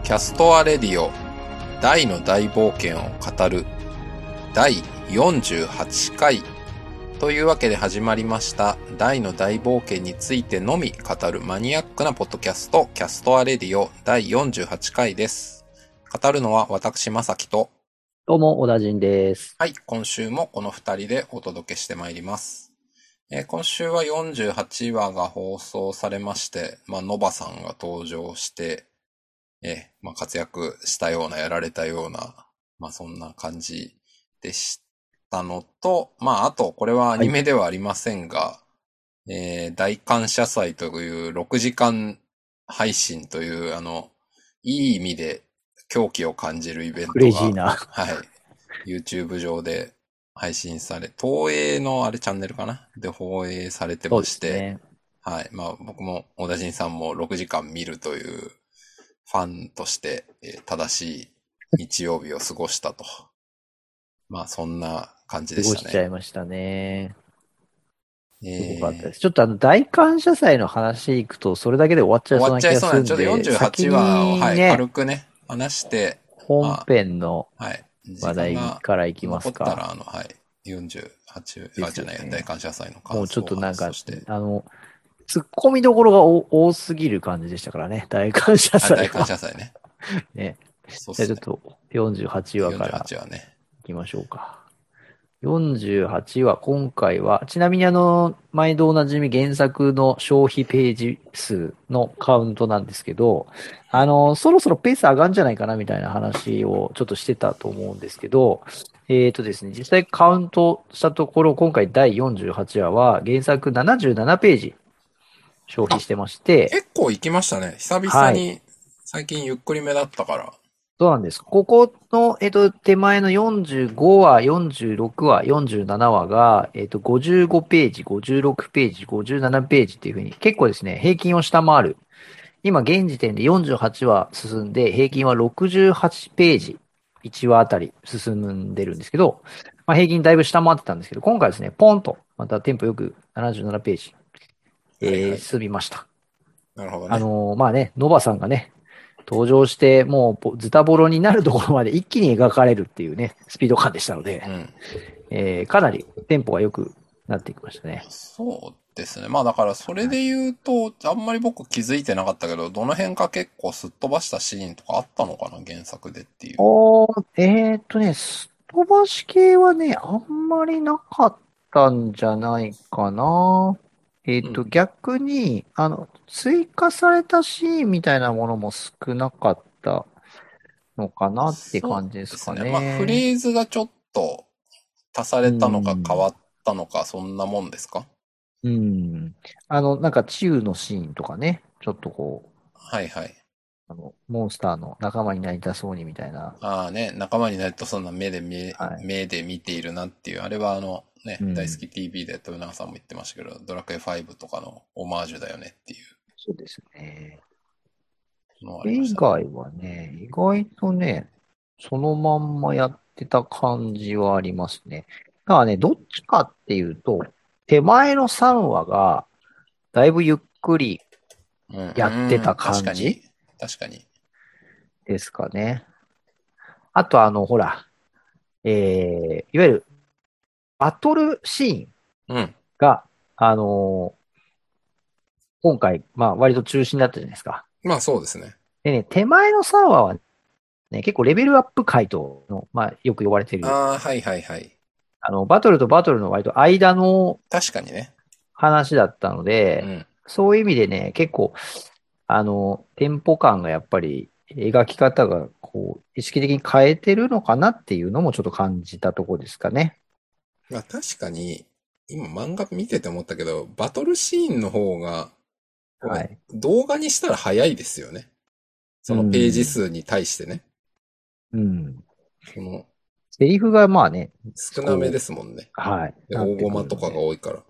キャストアレディオ大の大冒険を語る第48回というわけで始まりました大の大冒険についてのみ語るマニアックなポッドキャストキャストアレディオ第48回です。語るのは私まさきとどうも小田陣です。 はい、今週もこの2人でお届けしてまいります。今週は48話が放送されまして、ノバさんが登場して、活躍したような、やられたような、そんな感じでしたのと、あと、これはアニメではありませんが、大感謝祭という6時間配信という、いい意味で狂気を感じるイベントが、 クレイジーな。 はい、YouTube 上で配信され、東映のあれチャンネルかなで放映されてまして、 ね、 はい。僕も小田陣さんも6時間見るというファンとして、正しい日曜日を過ごしたと。そんな感じでしたね。 過ごしちゃいましたね。すごかったです。ちょっっと大感謝祭の話いくと、それだけで終わっちゃいそうな気がするんで、 ちょっと48話を、はい、軽くね、話して、 本編の話題からいきますか。 残ったら、はい、48話じゃない、大感謝祭の感想を。 もうちょっとなんか、突っ込みどころが多すぎる感じでしたからね、大感謝祭は。 大感謝祭ね。 ね。そうですね。じゃあちょっと48話からいきましょうか。48話、今回は、ちなみに毎度おなじみ原作の消費ページ数のカウントなんですけど、そろそろペース上がるんじゃないかなみたいな話をちょっとしてたと思うんですけど、ですね、実際カウントしたところ、今回第48話は原作77ページ消費してまして、 結構行きましたね。久々に、最近ゆっくりめだったから。 そうなんです。ここの、手前の45話、46話、47話が、55ページ、56ページ、57ページっていう風に、結構ですね、平均を下回る。今、現時点で48話進んで、平均は68ページ、1話あたり進んでるんですけど、平均だいぶ下回ってたんですけど、今回ですね、ポンと、またテンポよく77ページ、進みました。 なるほどね。ノバさんがね、登場して、もうズタボロになるところまで一気に描かれるっていうね、スピード感でしたので、かなりテンポが良くなってきましたね。 そうですね。だからそれで言うと、あんまり僕気づいてなかったけど、どの辺か結構すっ飛ばしたシーンとかあったのかな、原作でっていう。 すっ飛ばし系はね、あんまりなかったんじゃないかな。逆に、追加されたシーンみたいなものも少なかったのかなって感じですかね。 そうですね。フレーズがちょっと足されたのか変わったのか、そんなもんですか？ なんか治癒のシーンとかね、ちょっとこう。 はいはい。 モンスターの仲間になりたそうにみたいな。 仲間になるとそんな目で見ているなっていう。あれは大好き TV で豊永さんも言ってましたけど、ドラクエ5とかのオマージュだよねっていう。 そうですね。 以外はね、意外とね、そのまんまやってた感じはありますね。だからね、どっちかっていうと、手前の3話が、だいぶゆっくりやってた感じ確かに。 ですかね。あとほら、いわゆる、バトルシーンが、今回、割と中心だったじゃないですか。 そうですね。 でね、手前の3話はね、結構レベルアップ回答の、よく呼ばれてる。 はいはいはい。 バトルとバトルの割と間の確かにね。 話だったので、そういう意味でね、結構、テンポ感がやっぱり描き方がこう、意識的に変えてるのかなっていうのもちょっと感じたところですかね。 確かに、今漫画見てて思ったけど、バトルシーンの方が、動画にしたら早いですよね。そのページ数に対してね。 セリフが少なめですもんね。 はい。 大駒とかが多いから。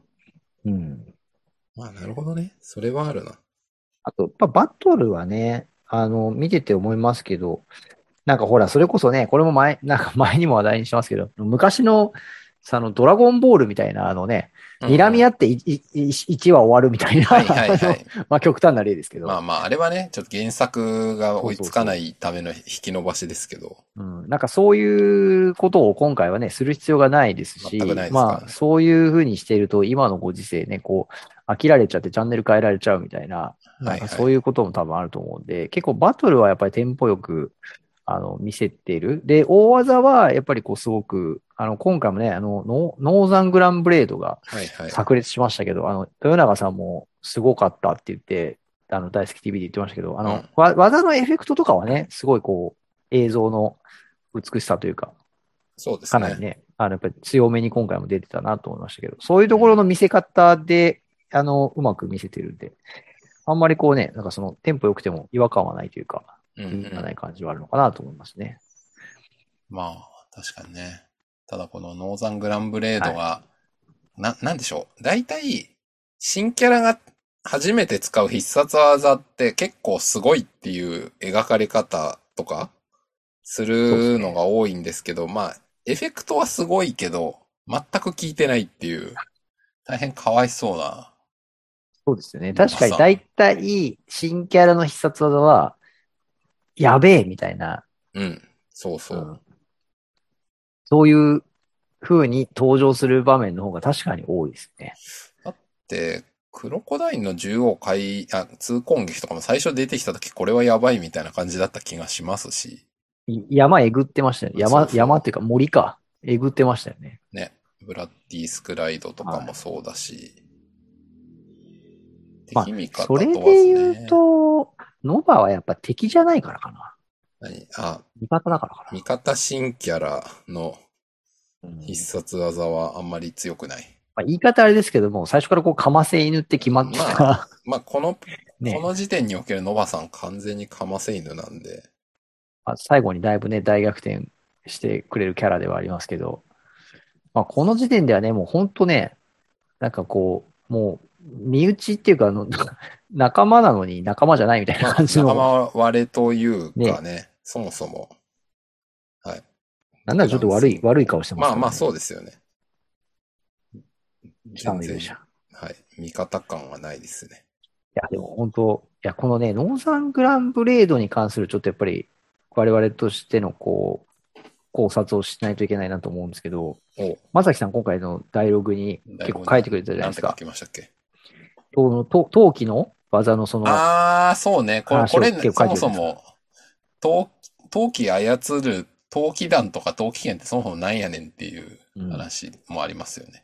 なるほどね。それはあるな。 あと、バトルはね、見てて思いますけど、なんかほら、それこそね、これもなんか前にも話題にしてますけど、昔のドラゴンボールみたいなね、睨み合って1話終わるみたいな、まあ極端な例ですけど。 まあまあ、あれはね、ちょっと原作が追いつかないための引き伸ばしですけど。 うん、なんかそういうことを今回はね、する必要がないですし、 全くないですからね。 まあそういうふうにしていると、今のご時世ね、こう、飽きられちゃってチャンネル変えられちゃうみたいな、なんかそういうことも多分あると思うんで、結構バトルはやっぱりテンポよく、見せている。で、大技は、やっぱりこう、すごく、今回もね、ノーザングランブレードが炸裂しましたけど、豊永さんもすごかったって言って、大好き TV で言ってましたけど、技のエフェクトとかはね、すごいこう、映像の美しさというか、 そうですね。 かなりね、やっぱり強めに今回も出てたなと思いましたけど、そういうところの見せ方で、うまく見せてるんで、あんまりこうね、なんかそのテンポ良くても違和感はないというか、意味がない感じはあるのかなと思いますね。 まあ、確かにね。ただこのノーザングランブレードが、なんでしょう。大体、新キャラが初めて使う必殺技って結構すごいっていう描かれ方とかするのが多いんですけど、まあ、エフェクトはすごいけど、全く効いてないっていう、大変かわいそうな。 そうですよね。確かに大体、新キャラの必殺技は、やべえみたいな。 うん。そうそう。 そういう風に登場する場面の方が確かに多いですね。 だって、クロコダインの縦横痛恨撃とかも最初出てきた時これはやばいみたいな感じだった気がしますし。 山えぐってましたよね。山っていうか森か。えぐってましたよね。 ね。ブラッディスクライドとかもそうだし。 敵味方問わずね。それで言うと、ノバはやっぱ敵じゃないからかな。味方だからかな。 味方新キャラの必殺技はあんまり強くない。 まあ、言い方あれですけども、最初からこう、かませ犬って決まってた。 まあ、この時点におけるノバさん完全にかませ犬なんで。 まあ、最後にだいぶね、大逆転してくれるキャラではありますけど、まあ、この時点ではね、もう本当ね、なんかこう、もう、身内っていうか、仲間なのに仲間じゃないみたいな感じの。 仲間割れというかね、そもそも。はい。 なんならちょっと悪い顔してますからね。 まあそうですよね。 全然。 はい。味方感はないですね。 いや、でも本当、いや、このね、ノーザングランブレードに関するちょっとやっぱり、我々としてのこう、考察をしないといけないなと思うんですけど、まさきさん今回のダイログに結構書いてくれたじゃないですか。 なんて書きましたっけ？ 陶器の技のその。 そうね。これ、そもそも、陶器操る陶器団とか陶器剣ってそもそもなんやねんっていう話もありますよね。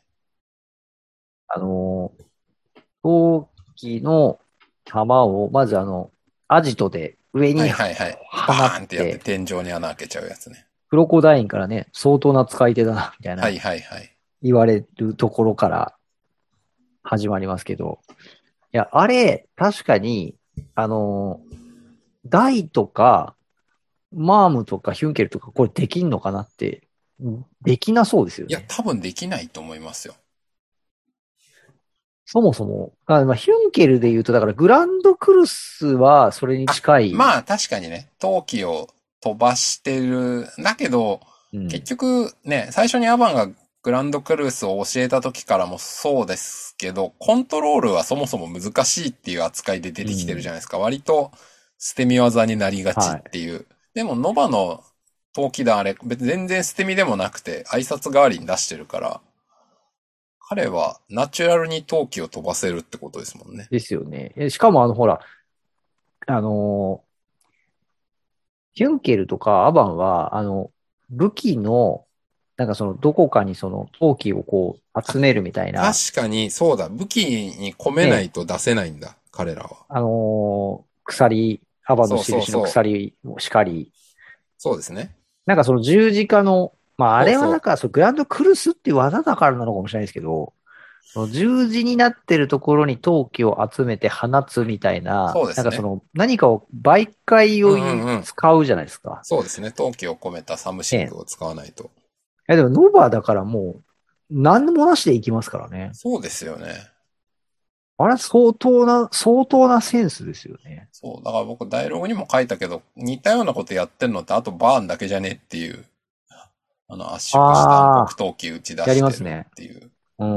陶器の玉を、まずアジトで上にバーンってやって天井に穴開けちゃうやつね。 クロコダインからね、相当な使い手だな、みたいな。言われるところから始まりますけど。いや、あれ、確かに、ダイとか、マームとかヒュンケルとか、これできんのかなって、できなそうですよね。 いや、多分できないと思いますよ。 そもそも、ヒュンケルで言うと、だからグランドクルスはそれに近い。 まあ確かにね、陶器を飛ばしてる。だけど、結局ね、最初にアバンがグランドクルスを教えた時からもそうですけど、コントロールはそもそも難しいっていう扱いで出てきてるじゃないですか。割と捨て身技になりがちっていう。でも、ノバの陶器団あれ、別に全然捨て身でもなくて、挨拶代わりに出してるから、彼はナチュラルに陶器を飛ばせるってことですもんね。 ですよね。しかもほら、ヒュンケルとかアバンは、武器の、なんかどこかに陶器をこう、集めるみたいな。 確かに、そうだ。武器に込めないと出せないんだ、彼らは。 鎖、アバンの印の鎖もしかり。 そうですね。 なんか十字架の、まあ、あれはなんか、グランドクルスっていう技だからなのかもしれないですけど、十字になってるところに陶器を集めて放つみたいな、 そうですね。 なんか何かを媒介用に使うじゃないですか。 そうですね。陶器を込めたサムシングを使わないと。 でも、ノバだからもう、何もなしでいきますからね。 そうですよね。 あれ、相当なセンスですよね。 そう。だから僕、ダイログにも書いたけど、似たようなことやってんのって、あとバーンだけじゃねっていう。 圧縮した暗黒闘技打ち出やりましてるすね。 っていう。 うん。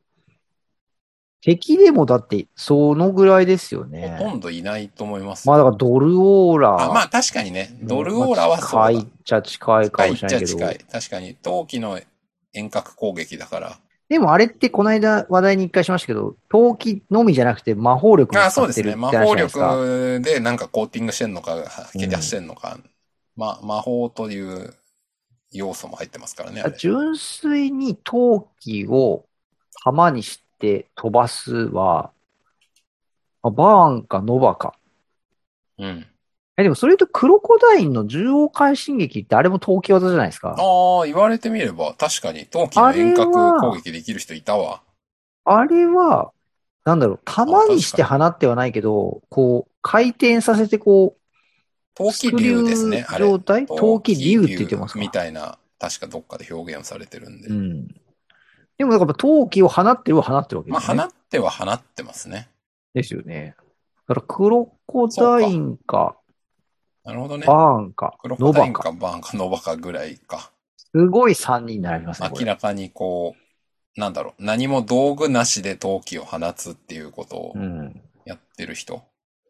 敵でもだって、そのぐらいですよね。 ほとんどいないと思いますよ。 まあだからドルオーラ。 まあ確かにね、ドルオーラはそうだ。 近いっちゃ近いかもしれないけど。 近いっちゃ近い。確かに、陶器の遠隔攻撃だから。 でもあれってこの間話題に一回しましたけど、陶器のみじゃなくて魔法力も使ってるって話じゃないですか。 魔法力でなんかコーティングしてんのか、吐き出してんのか。魔法という要素も入ってますからね、あれ。 純粋に陶器を弾にして飛ばすは、バーンかノバか。 うん。 でもそれとクロコダインの獣王快進撃ってあれも陶器技じゃないですか。 言われてみれば確かに陶器の遠隔攻撃できる人いたわ。 あれは、なんだろう、弾にして放ってはないけど、こう、回転させてこう、 陶器竜ですね、あれ。 状態陶器竜って言ってますかみたいな、確かどっかで表現されてるんで。 うん。でも、だから陶器を放ってるは放ってるわけですよね。 放っては放ってますね。 ですよね。だから、クロコダインか、 なるほどね。 バーンか、 クロコダインかバーンかノバかぐらいか。 すごい3人になりますね。 明らかにこう、なんだろう、何も道具なしで陶器を放つっていうことをやってる人。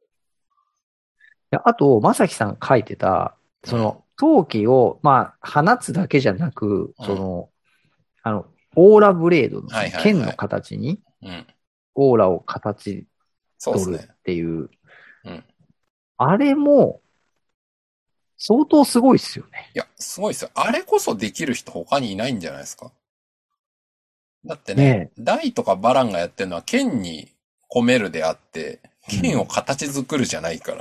あと、まさきさん書いてた、その、陶器を、まあ、放つだけじゃなく、その、オーラブレードの剣の形に、オーラを形取るっていう。あれも、相当すごいっすよね。 いや、すごいっすよ。あれこそできる人他にいないんじゃないですか。だってね、ダイとかバランがやってるのは剣に込めるであって、剣を形作るじゃないから。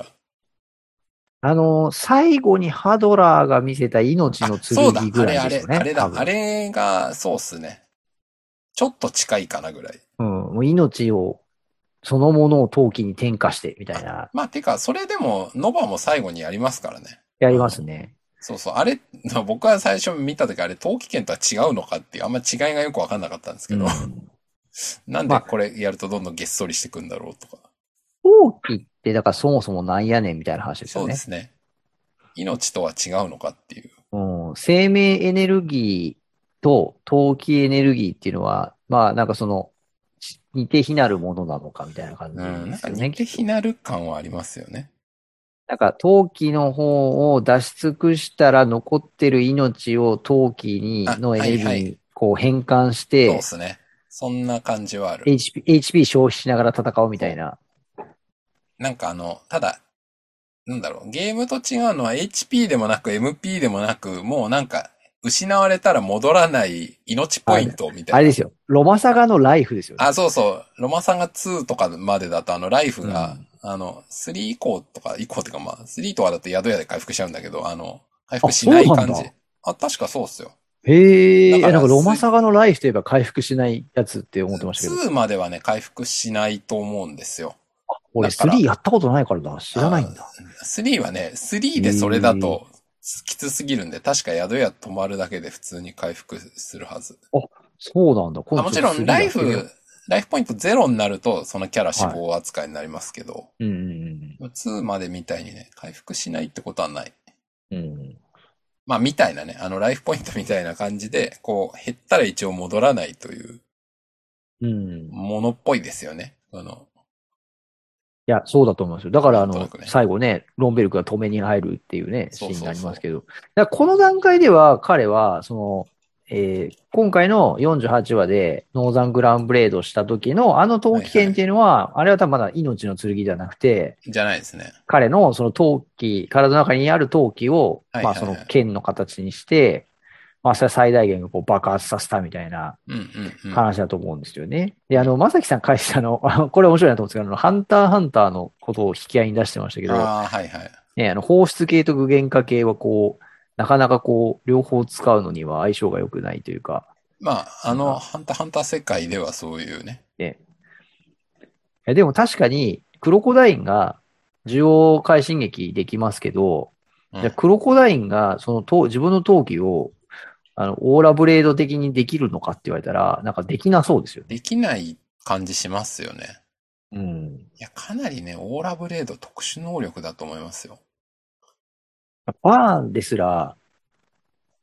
最後にハドラーが見せた命の剣ぐらいですよね。 あれが、そうっすね。ちょっと近いかなぐらい。 もう命を、そのものを陶器に転化して、みたいな。 てか、それでも、ノバも最後にやりますからね。 やりますね。 そうそう。あれ、僕は最初見たときあれ、陶器剣とは違うのかっていう、あんま違いがよくわかんなかったんですけど。なんでこれやるとどんどんげっそりしてくんだろうとか。 陶器って、だからそもそもなんやねんみたいな話ですよね。 そうですね。命とは違うのかっていう。 生命エネルギーと陶器エネルギーっていうのは、まあなんかその、似て非なるものなのかみたいな感じですよね。 なんか似て非なる感はありますよね。 なんか陶器の方を出し尽くしたら残ってる命を陶器のエネルギーにこう変換して、 そうですね。そんな感じはある。 HP 消費しながら戦うみたいな。 なんかただ、なんだろう、ゲームと違うのは HP でもなく MP でもなく、もうなんか、失われたら戻らない命ポイントみたいな。 あれですよ。ロマサガのライフですよね。 そうそう。ロマサガ2とかまでだとライフが、3以降とか、以降っていうかまあ、3とかだと宿屋で回復しちゃうんだけど、回復しない感じ。確かそうっすよ。 へえ、なんかロマサガのライフといえば回復しないやつって思ってましたけど。 2まではね、回復しないと思うんですよ。 俺3やったことないからな。知らないんだ。 3はね、3でそれだときつすぎるんで、確か宿屋泊まるだけで普通に回復するはず。 そうなんだ。 もちろんライフポイント0になると、そのキャラ死亡扱いになりますけど、2までみたいにね、回復しないってことはない。まあ、みたいなね、ライフポイントみたいな感じで、こう、減ったら一応戻らないという、ものっぽいですよね。 いや、そうだと思うんですよ。だから最後ね、ロンベルクが止めに入るっていうね、シーンになりますけど。この段階では彼は、今回の48話でノーザングラウンブレードした時の陶器剣っていうのは、あれは多分まだ命の剣じゃなくて、 じゃないですね。 彼のその陶器、体の中にある陶器を、まあその剣の形にして、まあそれ最大限こう爆発させたみたいな話だと思うんですよね。で、まさきさん返したこれ面白いなと思うんですけど、ハンターハンターのことを引き合いに出してましたけど、ね、放出系と具現化系はこう、なかなかこう、両方使うのには相性が良くないというか。 まあ、ハンターハンター世界ではそういうね。 でも確かに、クロコダインが、獣王快進撃できますけど、じゃクロコダインが、自分の闘技を、オーラブレード的にできるのかって言われたら、なんかできなそうですよね。 できない感じしますよね。 うん。 いや、かなりね、オーラブレード特殊能力だと思いますよ。 バーンですら、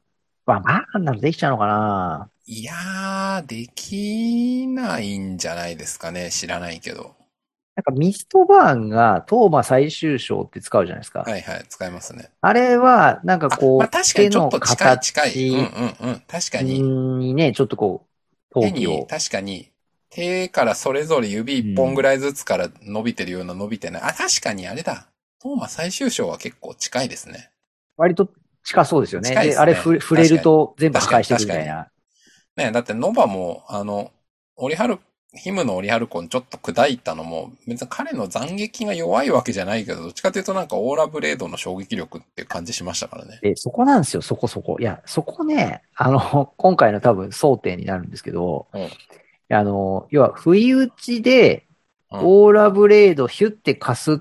まあ、バーンならできちゃうのかな。 いやー、できないんじゃないですかね。知らないけど。 なんかミストバーンがトーマ最終章って使うじゃないですか。 はいはい、使いますね。 あれは、なんかあ、まあこう、 確かにちょっ手のと近い。うん形うんうん。確かに。 にね、ちょっとこう、陶器を。 確かに、手からそれぞれ指一本ぐうん。 らいずつから伸びてるような伸びてない。あ、確かにあれだ。トーマ最終章は結構近いですね。 割と近そうですよね。で、 近いですね。 あれ触れ確かに。 ると全部破確かに、 壊していく確かに。 みたいな。 ね、だってノバも、ヒムのオリハルコンちょっと砕いたのも、別に彼の斬撃が弱いわけじゃないけど、どっちかというとなんかオーラブレードの衝撃力っていう感じしましたからね。 で、そこなんですよ、そこそこ。いや、そこね、今回の多分争点になるんですけど、 うん。 要は、不意打ちで、 うん。 オーラブレードヒュッてかすって、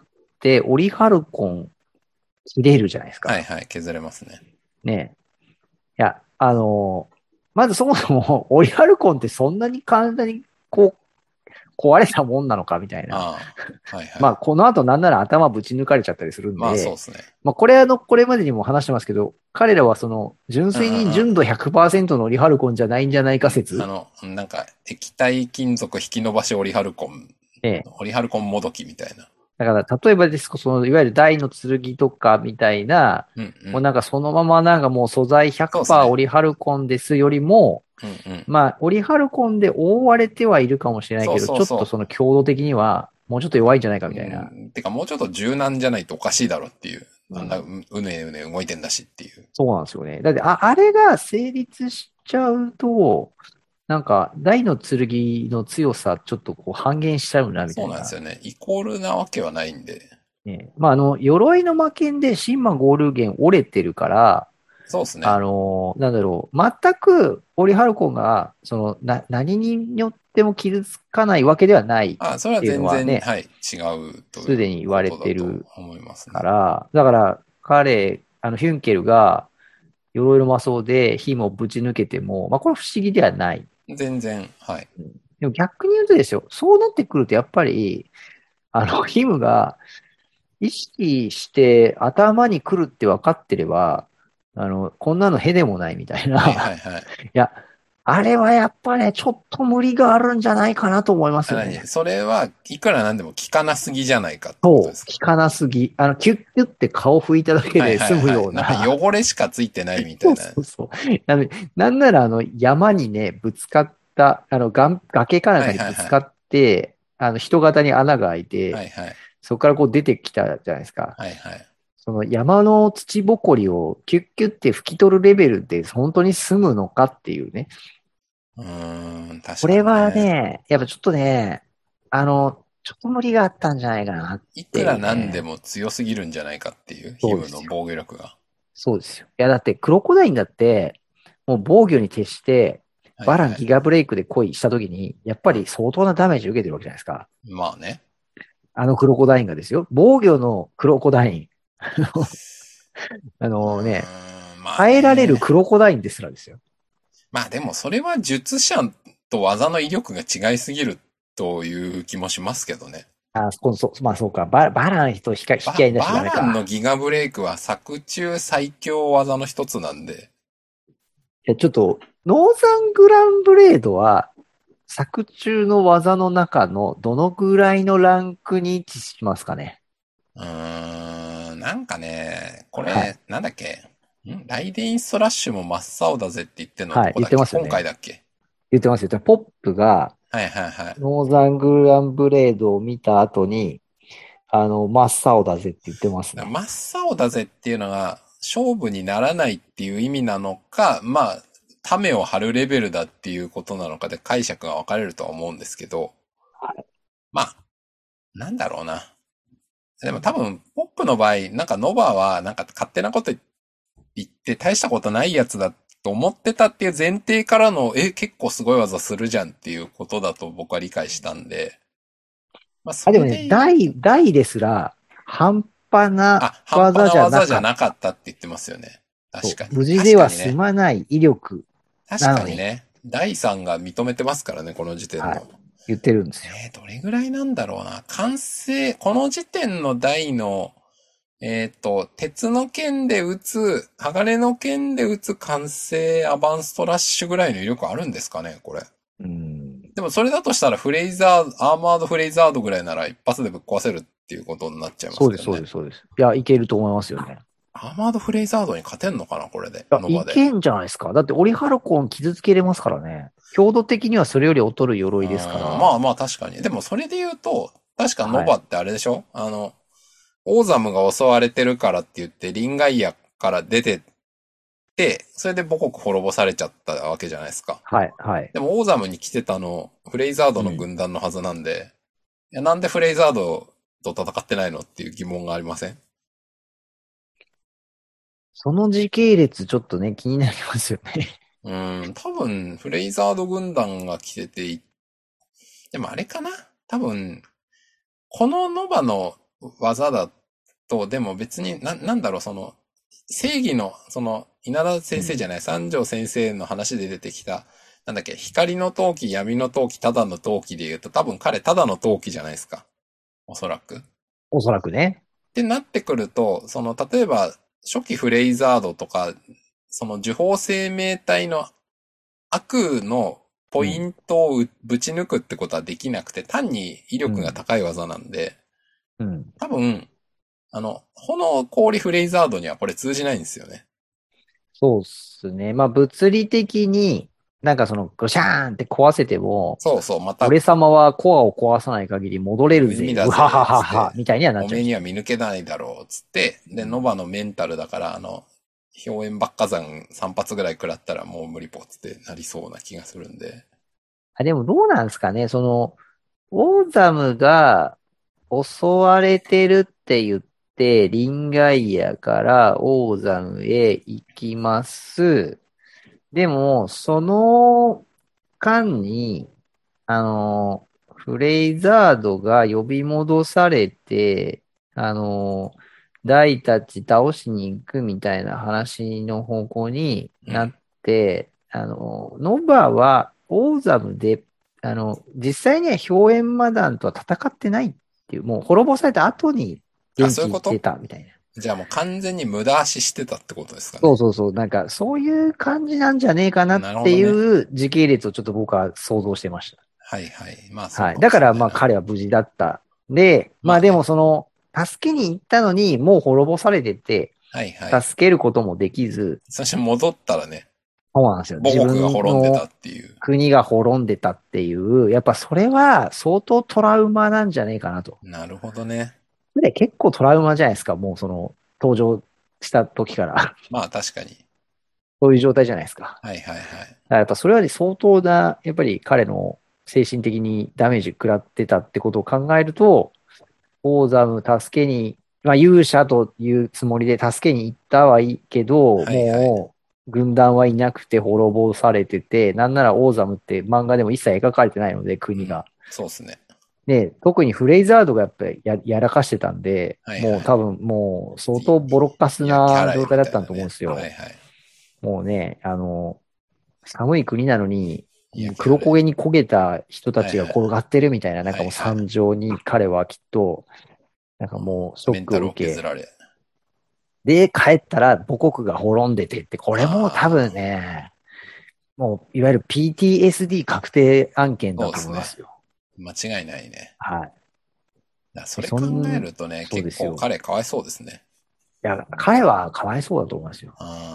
オリハルコン切れるじゃないですか。 はいはい、削れますね。 ね。いや、まずそもそも、オリハルコンってそんなに簡単に、こう、壊れたもんなのかみたいな。 ああ、はいはい。 まあ、この後なんなら頭ぶち抜かれちゃったりするんまあそうでで、 すね。 まあ、これまでにも話してますけど、彼らはその、純うんうん粋にうん。 純度100%のオリハルコンじゃないんじゃないか説。 なんか、液体金属引き伸ばしオリハルコン、 ええ。 オリハルコンもどきみたいな。 だから、例えばですその、いわゆる大の剣とかみたいな、 うんうん。 もうなんかそのままなんかもう素材100% そうですね。 オリハルコンですよりも、 うんうん。 まあ、オリハルコンで覆われてはいるかもしれないそうけど、ちょっとそうそその強度的には、もうちょっと弱いんじゃないかう。うみたいな。 ん。てかもうちょっと柔軟じゃないとおかしいだろっていう。あんなうん。 うねうね動いてんだしっていう。 そうなんですよね。だって、あれが成立しちゃうと、なんか、大の剣の強さ、ちょっとこう半減しちゃうな、みたそういな。 なんですよね。イコールなわけはないんで。 ね。まあ、鎧の魔剣でシンマゴール弦折れてるから、 そうですね。 なんだろう、全くオリハルコンが、何によっても傷つかないわけではないっあ、それはていうの全然、 はね、 はい、違うというすでに言われことだとてる思いますね。 から、だから、ヒュンケルが、鎧の魔装で火もぶち抜けても、まあ、これは不思議ではない。 全然、はい。 でも逆に言うとですよ、そうなってくると、やっぱり、ヒムが意識して頭に来るって分かってれば、こんなのへでもないみたいはいはな。 いはい。 いや、あれはやっぱね、ちょっと無理があるんじゃないかなと思いますよね。 それはいくらなんでも効かなすぎじゃないかってことでそう、 すか？ 効かなすぎ。キュッキュッて顔拭いただけはいで済むはいはい。なんかような。 汚れしかついてないみたそういな。 そうそう。なんなら山にね、ぶつかった、崖かなんはかいはいはい。 にぶつかって、人型に穴が開いて、 はいはい。 そこからこう出てきたじゃないですか。 はいはい。 その山の土ぼこりをキュッキュッて拭き取るレベルで本当に済むのかっていうね。 確かこれにね。 はね、やっぱちょっとね、ちょっと無理があったんじゃないかなっていくらいうね。 なんでも強すぎるんじゃないかっていう、ヒムのそうですよ。 防御力が。 そうですよ。いや、だってクロコダインだって、もう防御に徹して、バランはいはい。 ギガブレイクで恋したときに、やっぱうん。 り相当なダメージ受けてるわけじゃないですか。 まあね。 あのクロコダインがですよ。防御のクロコダイン。あのね、 まあ耐えられるね。 クロコダインですらですよ。 まあでもそれは術者と技の威力が違いすぎるという気もしますけどね。 まあそうか。バランと引き合いに出しちゃダバランのメか。 ギガブレイクは作中最強技の一つなんで。 いや、ちょっと、ノーザングランブレードは、作中の技の中のどのぐらいのランクに位置しますかね。 なんかね、こはい。 れ、なんだっけライデインストラッシュも真っ青だぜって言ってんのはい。言ってどこだっけ？今回ますよね。 だっけ？ 言ってます。ポップが、 はいはいはい。 ノーザングランブレードを見た後に、真っ青だぜって言ってますね。 真っ青だぜっていうのが、勝負にならないっていう意味なのか、まあ、ためを張るレベルだっていうことなのかで解釈が分かれるとは思うんですけど、 はい。 まあ、なんだろうな。でも多分、ポップの場合、なんかノバは、なんか勝手なこと言って大したことないやつだと思ってたっていう前提からの、結構すごい技するじゃんっていうことだと僕は理解したんで、まあ、そでもね、 れで言うと、 大ですら、半端なあ、半端技じゃなな技じゃかった。 なかったって言ってますよね。確そう。 かに。 無事では済確かにね。 まない威力確なのに、 かにね。第3が認めてますからね、この時点はい。 の。 言ってるんですよ。 どれぐらいなんだろうな。完成、この時点の第の鉄の剣で撃つ、鋼の剣で撃つ完成アバンストラッシュぐらいの威力あるんですかね、これ。でもそれだとしたらアーマードフレイザードぐらいなら一発でぶっ壊せるっていうことになっちゃいますよね。 そうです。いや、いけると思いますよね。 アーマードフレイザードに勝てんのかな、これで。 いけんじゃないですか。だってオリハルコン傷つけれますからね。強度的にはそれより劣る鎧ですから。 まあ確かに。でもそれで言うと、確かノバってあれでしょ、オーザムが襲われてるからって言って、リンガイアから出てって、それで母国滅ぼされちゃったわけじゃないですか。 はい。 でもオーザムに来てたの、フレイザードの軍団のはずなんで、いや、なんでフレイザードと戦ってないのっていう疑問がありません？ その時系列ちょっとね、気になりますよね。 多分、フレイザード軍団が来てて、でもあれかな？多分、このノバの技だと、でも別に、なんだろう、正義の、稲田先生じゃない、三条先生の話で出てきた、なんだっけ、光の闘気、闇の闘気、ただの闘気で言うと、多分彼ただの闘気じゃないですか。おそらく。 おそらくね。 ってなってくると、例えば、初期フレイザードとか、呪法生命体の悪のポイントをぶち抜くってことはできなくて、単に威力が高い技なんで、多分、炎氷フレイザードにはこれ通じないんですよね。 そうっすね。まあ物理的に、なんかゴシャーンって壊せても、 そう、また。 俺様はコアを壊さない限り戻れるぜ、うはははは、みたいにはなっちゃう。 おめには見抜けないだろう、つって。で、ノバのメンタルだから、氷炎爆火山3発ぐらい食らったらもう無理ぽつってなりそうな気がするんで。 でもどうなんですかね、オーザムが襲われてるって言って、リンガイアからオーザムへ行きます。でも、その間に、フレイザードが呼び戻されて、ダイたち倒しに行くみたいな話の方向になって、ノバはオーザムで、実際には氷炎魔団とは戦ってないっていう、もう滅ぼされた後に現地行ってたみたいな。 じゃあもう完全に無駄足してたってことですかね。 そう。なんか、そういう感じなんじゃねえかなっていう時系列をちょっと僕は想像してました。 はい。まあそうはい。だからまあ彼は無事だった。で、まあでも助けに行ったのにもう滅ぼされてて、助けることもできず。 そして戻ったらね。 そうなんですよ。 母国が滅んでたっていう。 国が滅んでたっていう、やっぱそれは相当トラウマなんじゃねえかなと。 なるほどね。 で、結構トラウマじゃないですか。もう登場した時から。 まあ確かに。 そういう状態じゃないですか。 はい。 やっぱそれは相当な、やっぱり彼の精神的にダメージ食らってたってことを考えると、オーザム助けに、まあ勇者というつもりで助けに行ったはいいけど、もう軍団はいなくて滅ぼされてて、なんならオーザムって漫画でも一切描かれてないので、国が。 そうですね。 で、特にフレイザードがやっぱりやらかしてたんで、もう多分もう相当ボロッカスな状態だったと思うんですよ。もうね、寒い国なのに、黒焦げに焦げた人たちが転がってるみたいな、なんかもう惨状に彼はきっと、なんかもうショックを受け。で、帰ったら母国が滅んでてって、これも多分ね、もういわゆる PTSD 確定案件だと思いますよ。 間違いないね。 はい。 それ考えるとね、結構彼かわいそうですね。 いや、彼はかわいそうだと思いますよ。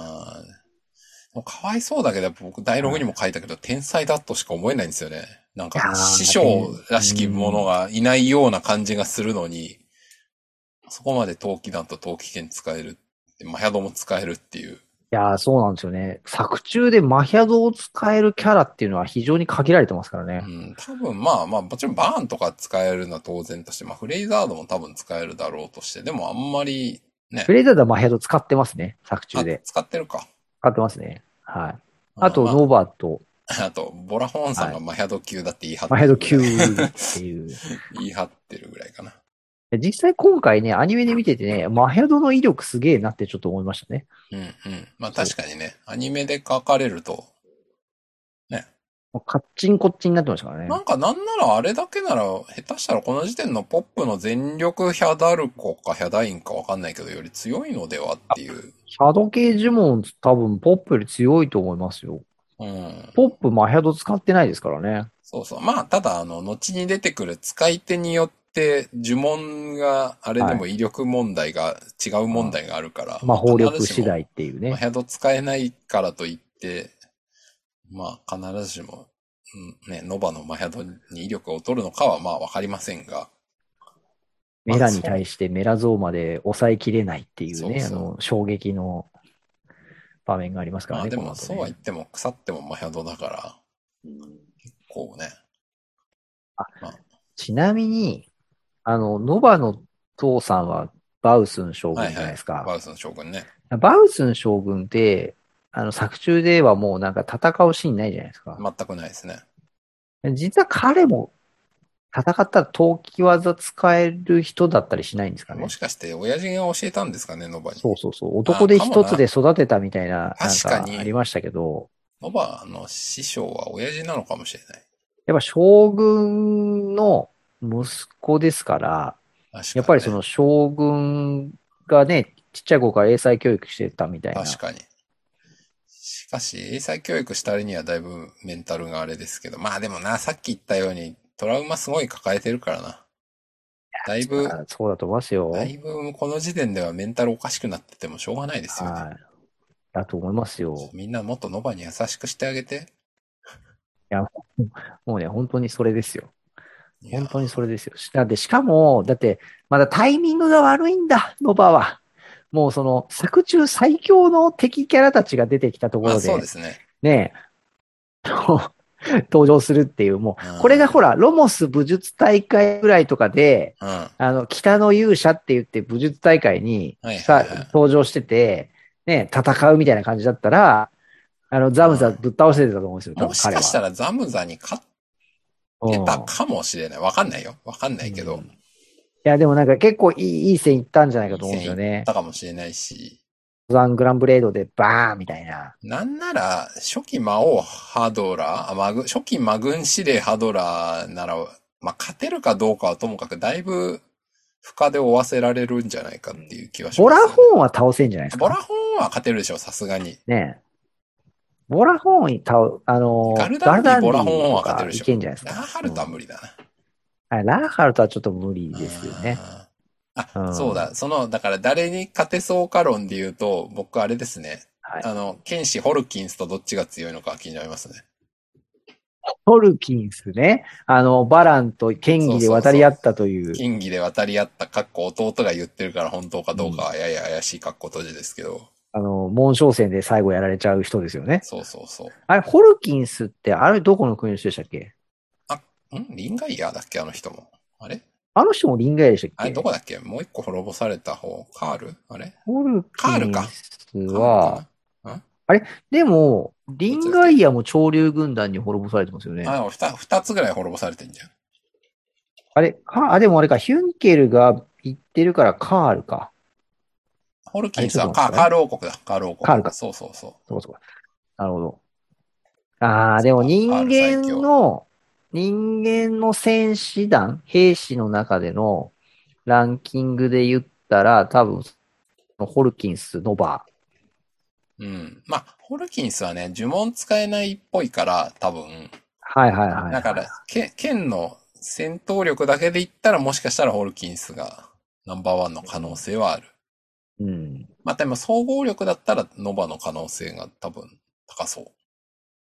かわいそうだけど、僕、第6にも書いたけど、天才だとしか思えないんですよね。なんか、師匠らしきものがいないような感じがするのに、そこまで闘気弾と闘気剣使える。マヒャドも使えるっていう。 いやー、そうなんですよね。作中でマヒャドを使えるキャラっていうのは非常に限られてますからね。 多分まあ、もちろんバーンとか使えるのは当然として、フレイザードも多分使えるだろうとして、でもあんまり、ね。 フレイザードはマヒャド使ってますね、作中で。 使ってるか。 使ってますね。はい。あと、ノーバーと。 あと、ボラホーンさんがマヒャド級だって言い張ってる。マヒャド級っていう。 言い張ってるぐらいかな。 実際今回ね、アニメで見ててね、マヒャドの威力すげえなってちょっと思いましたね。 まあ確かにね、アニメで書かれると、ね、 カッチンコッチンになってましたからね。 なんならあれだけなら、下手したらこの時点のポップの全力ヒャダルコかヒャダインかわかんないけど、より強いのではっていう。 シャドウ系呪文多分ポップより強いと思いますよ。 うん。 ポップマヒャド使ってないですからね。 そうそう。まあ、ただ後に出てくる使い手によって呪文があれでも威力問題が、違う問題があるから、 まあ、法必ずしも、 力次第っていうね。 マヒャド使えないからといって、まあ、必ずしも、ね、ノバのマヒャドに威力を取るのかはまあわかりませんが。 メラに対してメラゾーマで抑えきれないっていうね、 そう衝撃の場面がありますからね、 まあでこの後ね。 もそうは言っても腐ってもマヒャドだから、結構ね。 まあ、ちなみに、ノバの父さんはバウスン将軍じゃないですか。はいはい、 バウスン将軍ね。 バウスン将軍って、作中ではもうなんか戦うシーンないじゃないですか。 全くないですね。 実は彼も戦ったら陶器技使える人だったりしないんですかね。 もしかして親父が教えたんですかね、ノバに。 そうそうそう。男で一つで育てたみたいな、なんかありましたけど。 ノバの師匠は親父なのかもしれない。 やっぱ将軍の息子ですから、やっぱりその将軍がね、ちっちゃい子から英才教育してたみたいな。 確かに。しかし、英才教育したりにはだいぶメンタルがあれですけど、まあでもな、さっき言ったようにトラウマすごい抱えてるからな。だいぶ、 そうだと思いますよ。 だいぶこの時点ではメンタルおかしくなっててもしょうがないですよね。 はい。だと思いますよ。 みんなもっとノバに優しくしてあげて。 いや、もうね、本当にそれですよ。本当にそれですよ。だって、しかも、だって、まだタイミングが悪いんだ、ノバは。もうその、作中最強の敵キャラたちが出てきたところで、 そうですね。 ね登場するっていう、もう、これがほら、ロモス武術大会ぐらいとかで、北の勇者って言って武術大会に登場してて、ね、戦うみたいな感じだったら、ザムザぶっ倒してたと思うんですよ、 もしかしたらザムザに勝ってたかもしれない。わかんないよ。わかんないけど。 いや、でもなんか結構いい線いったんじゃないかと思うんですよね。 いったかもしれないし。 ザングランブレードでバーンみたいな。 なんなら、初期魔王ハドラー、初期魔軍司令ハドラーなら、まあ、勝てるかどうかはともかくだいぶ深で追わせられるんじゃないかっていう気はします、ね。 ボラホーンは倒せんじゃないですか。 ボラホーンは勝てるでしょ、さすがに。 ねえ。ボラホーンにガルダンディボラホーンは勝てるでしょ。 いけんじゃないですか。 ラーハルトは無理だな。ラーハルトはちょっと無理ですよね。 そうだ。だから誰に勝てそうか論で言うと、僕あれですね。はい、剣士ホルキンスとどっちが強いのか気になりますね。 ホルキンスね。バランと剣技で渡り合ったという。 剣技で渡り合った、弟が言ってるから本当かどうかはやや怪しい閉じですけど。 紋章戦で最後やられちゃう人ですよね。 そうそうそう。 あれ、ホルキンスって、あれどこの国の人でしたっけ？ リンガイアだっけあの人も。あれあの人もリンガイアでしたっけ？ あれどこだっけもう一個滅ぼされた方。カールあれホルキンスは、 あれでも、リンガイアも潮流軍団に滅ぼされてますよね。 二つぐらい滅ぼされてんじゃん。 あれでもあれか、ヒュンケルが言ってるからカールか。 ホルキンスはカール王国だ。カール王国。 カールか。 そうそうそう。 そうなるほど。でも人間の戦士団、兵士の中でのランキングで言ったら、多分、ホルキンス、ノバ。 まあ、ホルキンスはね、呪文使えないっぽいから、多分。 はいはいはい。 だから、剣の戦闘力だけで言ったら、もしかしたらホルキンスがナンバーワンの可能性はある。まあ、でも総合力だったら、ノバの可能性が多分高そう。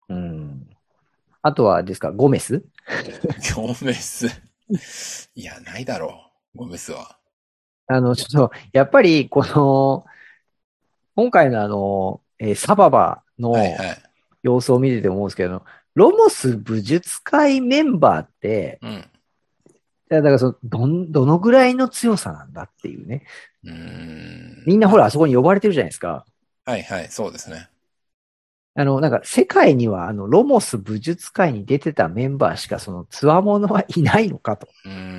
あとはですか、ゴメスゴメス。いや、ないだろう。ゴメスは。 やっぱり、今回のサババの様子を見てて思うんですけど、ロモス武術会メンバーって、だからどのぐらいの強さなんだっていうね。みんなほら、あそこに呼ばれてるじゃないですか。 はいはい、そうですね。 なんか世界にはロモス武術会に出てたメンバーしか強者はいないのかと。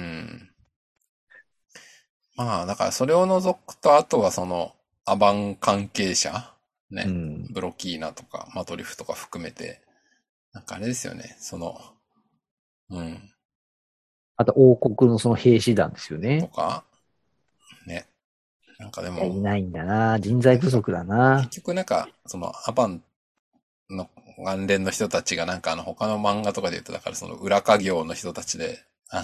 まあ、だからそれを除くと、あとはアバン関係者ね、ブロキーナとかマトリフとか含めて、 なんかあれですよね、うん。 あと王国のその兵士団ですよね。 とか、ね。なんかでいや、いも、 ないんだな。人材不足だな。 結局なんか、アバンの関連の人たちがなんか他の漫画とかで言うと、だからその裏稼業の人たちで、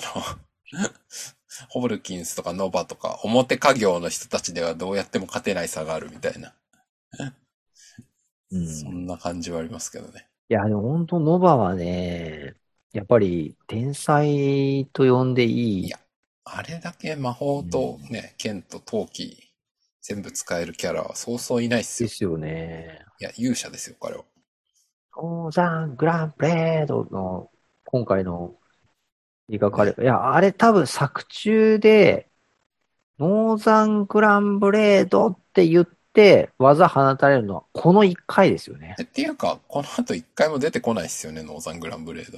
ホブルキンスとかノバとか表稼業の人たちではどうやっても勝てない差があるみたいな。 うん。 そんな感じはありますけどね。 いや、でも本当ノバはね、やっぱり天才と呼んでいい。 いや、あれだけ魔法とね、剣と陶器全部使えるキャラはそうそういないっすよ。 ですよね。 いや、勇者ですよ、彼は。 オーザングランプレードの今回の描かれ、 ね。 いや、あれ多分作中で、ノーザングランブレードって言って技放たれるのはこの1回ですよね。 っていうか、この後一回も出てこないっすよね、ノーザングランブレード。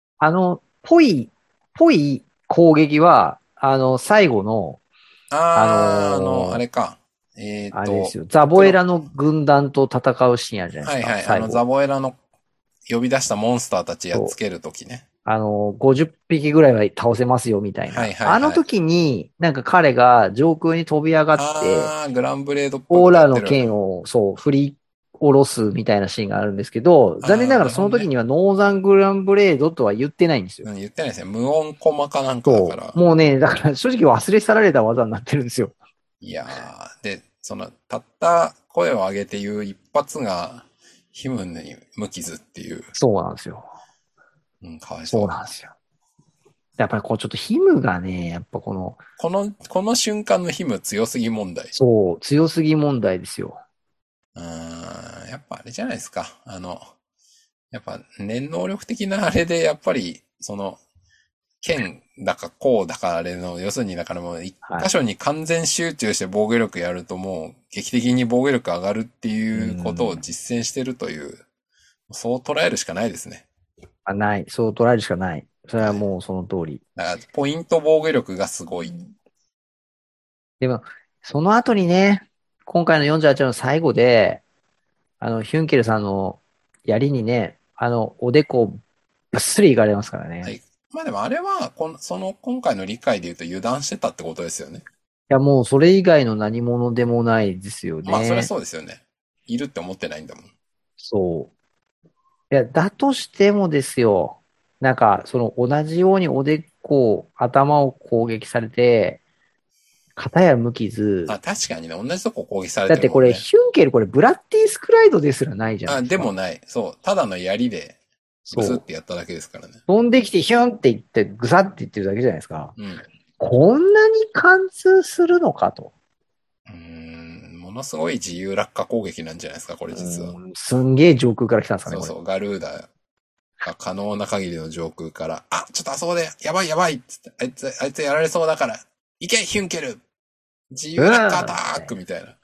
ぽい攻撃は、最後の、 あれか。 あれですよ。ザボエラの軍団と戦うシーンあるじゃないですか、 はいはい、ザ最後。 ボエラの呼び出したモンスターたちやっつそう。 けるときね。 50匹ぐらいは倒せますよ、みたいはいな。 はいはい。 あの時に、なんか彼が上空に飛び上がって、 グランブレードっぽいオーラのことやってる。 剣を、そう、振り下ろすみたいなシーンがあるんですけど、残念ながらなるほどね。 その時にはノーザングランブレードとは言ってないんですよ。 うん、言ってないですね。無音コマかなんかだかそら。 う。もうね、だから正直忘れ去られた技になってるんですよ。 いやー、で、たった声を上げて言う一発が、ヒムに無傷っていう。 そうなんですよ。 うん、かわいそう。 そうなんですよ。やっぱりこうちょっとヒムがね、やっぱこの瞬間のヒム強すぎ問題。 そう、強すぎ問題ですよ。 やっぱあれじゃないですか。やっぱ念能力的なあれで、やっぱり、剣だかこうだかあれの、要するにだからもう一はい。 箇所に完全集中して防御力やるともう劇的に防御力上がるってういうことをん。 実践してるという、そう捉えるしかないですね。 ない。そう捉えるしかない。それははい。 もうその通り。 だから、ポイント防御力がすごい。 でも、その後にね、今回の48話の最後で、ヒュンケルさんの槍にね、おでこ、ぶっすりいかれますからね。 はい。まあでもあれは、今回の理解で言うと油断してたってことですよね。 いや、もうそれ以外の何者でもないですよまあ、それはね。 そうですよね。いるって思ってないんだもん。 そう。いや、だとしてもですよ。なんか、その同じようにおでこ、頭を攻撃されて、片や無傷。 確かにね、同じとこ攻撃されだってこれ、 てるもんね。 ヒュンケルこれブラッディスクライドですらないじゃないですか。 でもない。そう。ただの槍で、ブスっそう。 てやっただけですからね。 飛んできてヒュンって言って、グサって言ってるだけじゃないですか。 うん。 こんなに貫通するのかと。 ものすごい自由落下攻撃なんじゃないですか、これ実は。 すんげえ上空から来たんですかね、これ。 そうそう、ガルーダが可能な限りの上空から、ちょっとあそこで、やばいやばいっつって、あいつやられそうだから、行けヒュンケル自由落下アタックみたいな。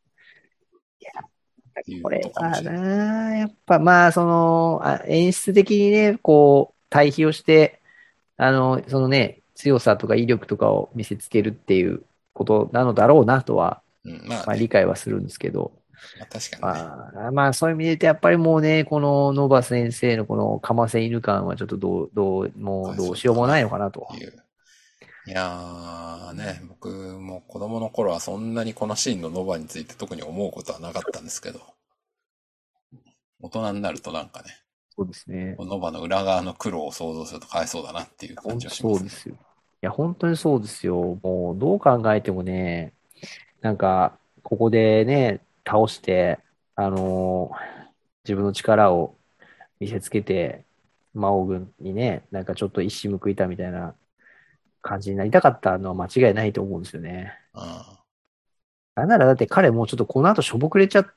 いうこことれはかもしれない。 な、やっぱまあ、演出的にね、こう、対比をして、そのね、強さとか威力とかを見せつけるっていうことなのだろうなとは、 うん、まあまあ理ね。 解はするんですけど、 まあ確かにね。 まあそういう意味で言うと、やっぱりもうね、このノバ先生のこのかませ犬感はちょっともうかわいどうしようもそうだな、 ないのかなと。 っていう。いやーね、僕も子供の頃はそんなにこのシーンのノバについて特に思うことはなかったんですけど、大人になるとなんかね、 そうですね。 ノバの裏側の苦労を想像するとかわいそうだなっていう感じ本当はしますね。 そうですよ。いや、本当にそうですよ。もうどう考えてもね、なんか、ここでね、倒して、自分の力を見せつけて、魔王軍にね、なんかちょっと一矢報いたみたいな感じになりたかったのは間違いないと思うんですよね。 うん。はなんならだって彼もうちょっとこの後しょぼくれちゃって、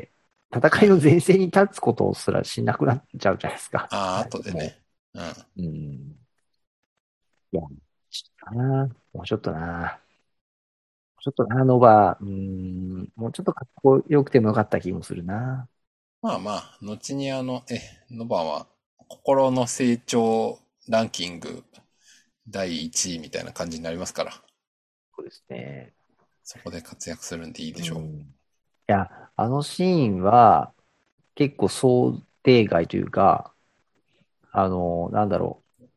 戦いのい。 前線に立つことすらしなくなっちゃうじゃないですか。も後でね。うん。 う。いや、ちょっとな、もうちょっとな、ちょっとな、ノバ、もうちょっとかっこよくてもよかった気もするな。 まあまあ、後にノバは心の成長ランキング第1位みたいな感じになりますから、 そうですね。 そこで活躍するんでいいでしょいや、あのシーンは結構想定外というか、 なんだろう。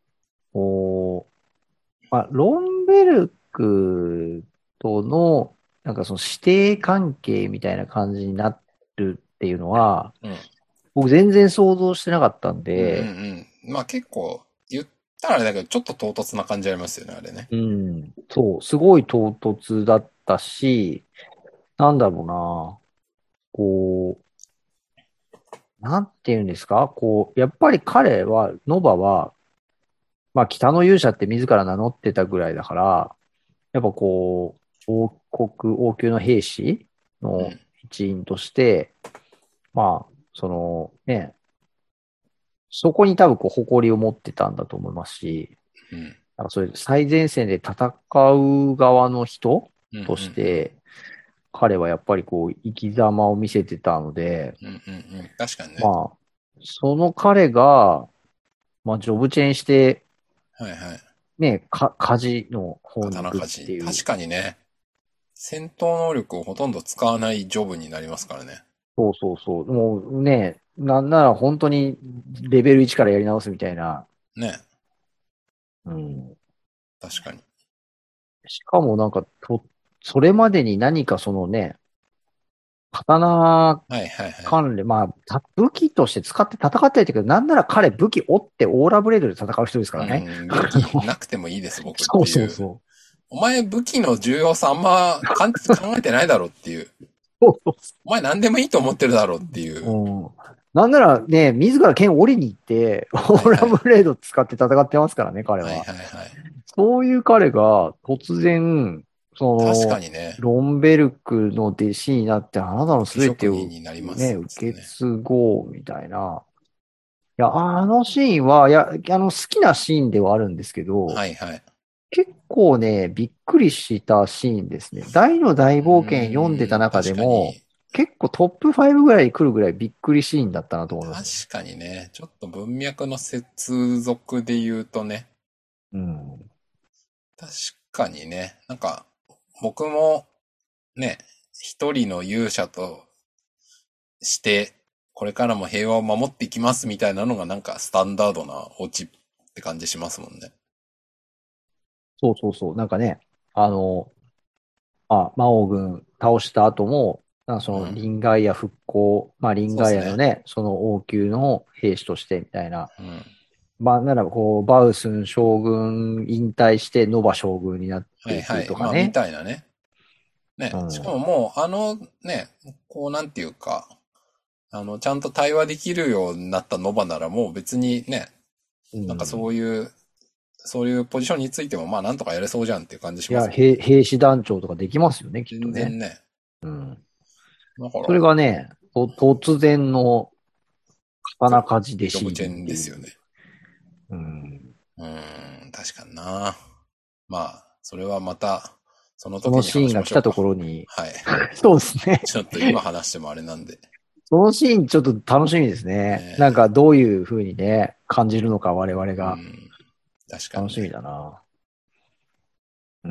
ロンベルクとの、なんかその師弟関係みたいな感じになるっていうのは、 うん。 僕全然想像してなかったんうんうんで、 うん。まあ結構、言ったらあれだけど、ちょっと唐突な感じありますよね、あれね。 うん、そう、すごい唐突だったし、なんだろうな、こなんていうんですかやっぱり彼は、ノバは、まあ、北の勇者って自ら名乗ってたぐらいだから、やっぱ王宮の兵士のうん。 一員として、まあ、そのね、そこに多分誇りを持ってたんだと思いますし、 うん。 なんかそういう最前線で戦う側の人うんうんうとしん。 て、彼はやっぱり生き様を見せてたので、 うんうんうん。確かにね。 まあ、その彼が、まあ、ジョブチェンして、 はいはい。 ね、火事の方に行くっ刀鍛冶。 ていう。 確かにね。戦闘能力をほとんど使わないジョブになりますからね。 そうそうそう。もうね、なんなら本当にレベル1からやり直すみたいな。 ね。 うん。 確かに。 しかもなんか、それまでに何かそのね、刀はいはいはい。 関連、まあ、武器として使って戦ってるけど、なんなら彼武器折ってオーラブレードで戦う人ですからね。 うん、武器なくてもいいです、僕っそうていう。 そうそう。 お前武器の重要さあんま考えてないだろっていう。 そうそうそお前何でもいいと思ってるだろっていう。 う。うん。なんならね、自ら剣折りに行って、オーラはいはい。 ブレード使って戦ってますからね、彼は。 はいはいはい。 そういう彼が突然、 確かそにね、 ロンベルクの弟子になって、あなたの武器全てを職人になりまね、 すっ受けつってね。 継ごうみたいな。いや、あのシーンは、いや、好きなシーンではあるんですけど、 はいはい。 結構ね、びっくりしたシーンですね。大の大う冒険読んでたーん、 中でも、 確かに、 結構トップ5ぐらいに来るぐらいびっくりシーンだったなと思いますね。 確かにね、ちょっと文脈の接続で言うとね、 うん。 確かにね、なんか、僕もね、一人の勇者として、これからも平和を守っていきますみたいなのがなんかスタンダードなオチって感じしますもんね。 そうそうそう。なんかね、あの、魔王軍倒した後も、なんかそのうん。 リンガイア復興、まあリンガそうですね。 イアのね、その王宮の兵士としてみたいな。 うん。 まあならバウスン将軍引退してノバ将軍になっていくはいはい。まあ、みとかね。 たいなね。ね。しかうん。 ももう、ね、なんていうか、ちゃんと対話できるようになったノバならもう別にね、なんかうん。 そういうポジションについてもまあなんとかやれそうじゃんっていう感じしいや、 ますもんね。 兵士団長とかできますよね、きっとね。 全然ね。 うん。 だから、 それがね、突然の刀鍛冶弟ジョブ子入りっチェンていう。 ですよね。 うん。 うーん、確かにな。まあ、それはまた、そのその時にシーンが来たと話しましょうか。 ころに、 はい。 そうですね。 ちょっと今話してもあれなんで。 そのシーンちょっと楽しみですね。なんねかどういう風にね、感じるのか我々 え。うが。 ん。確か楽しみにね。 だな。うん。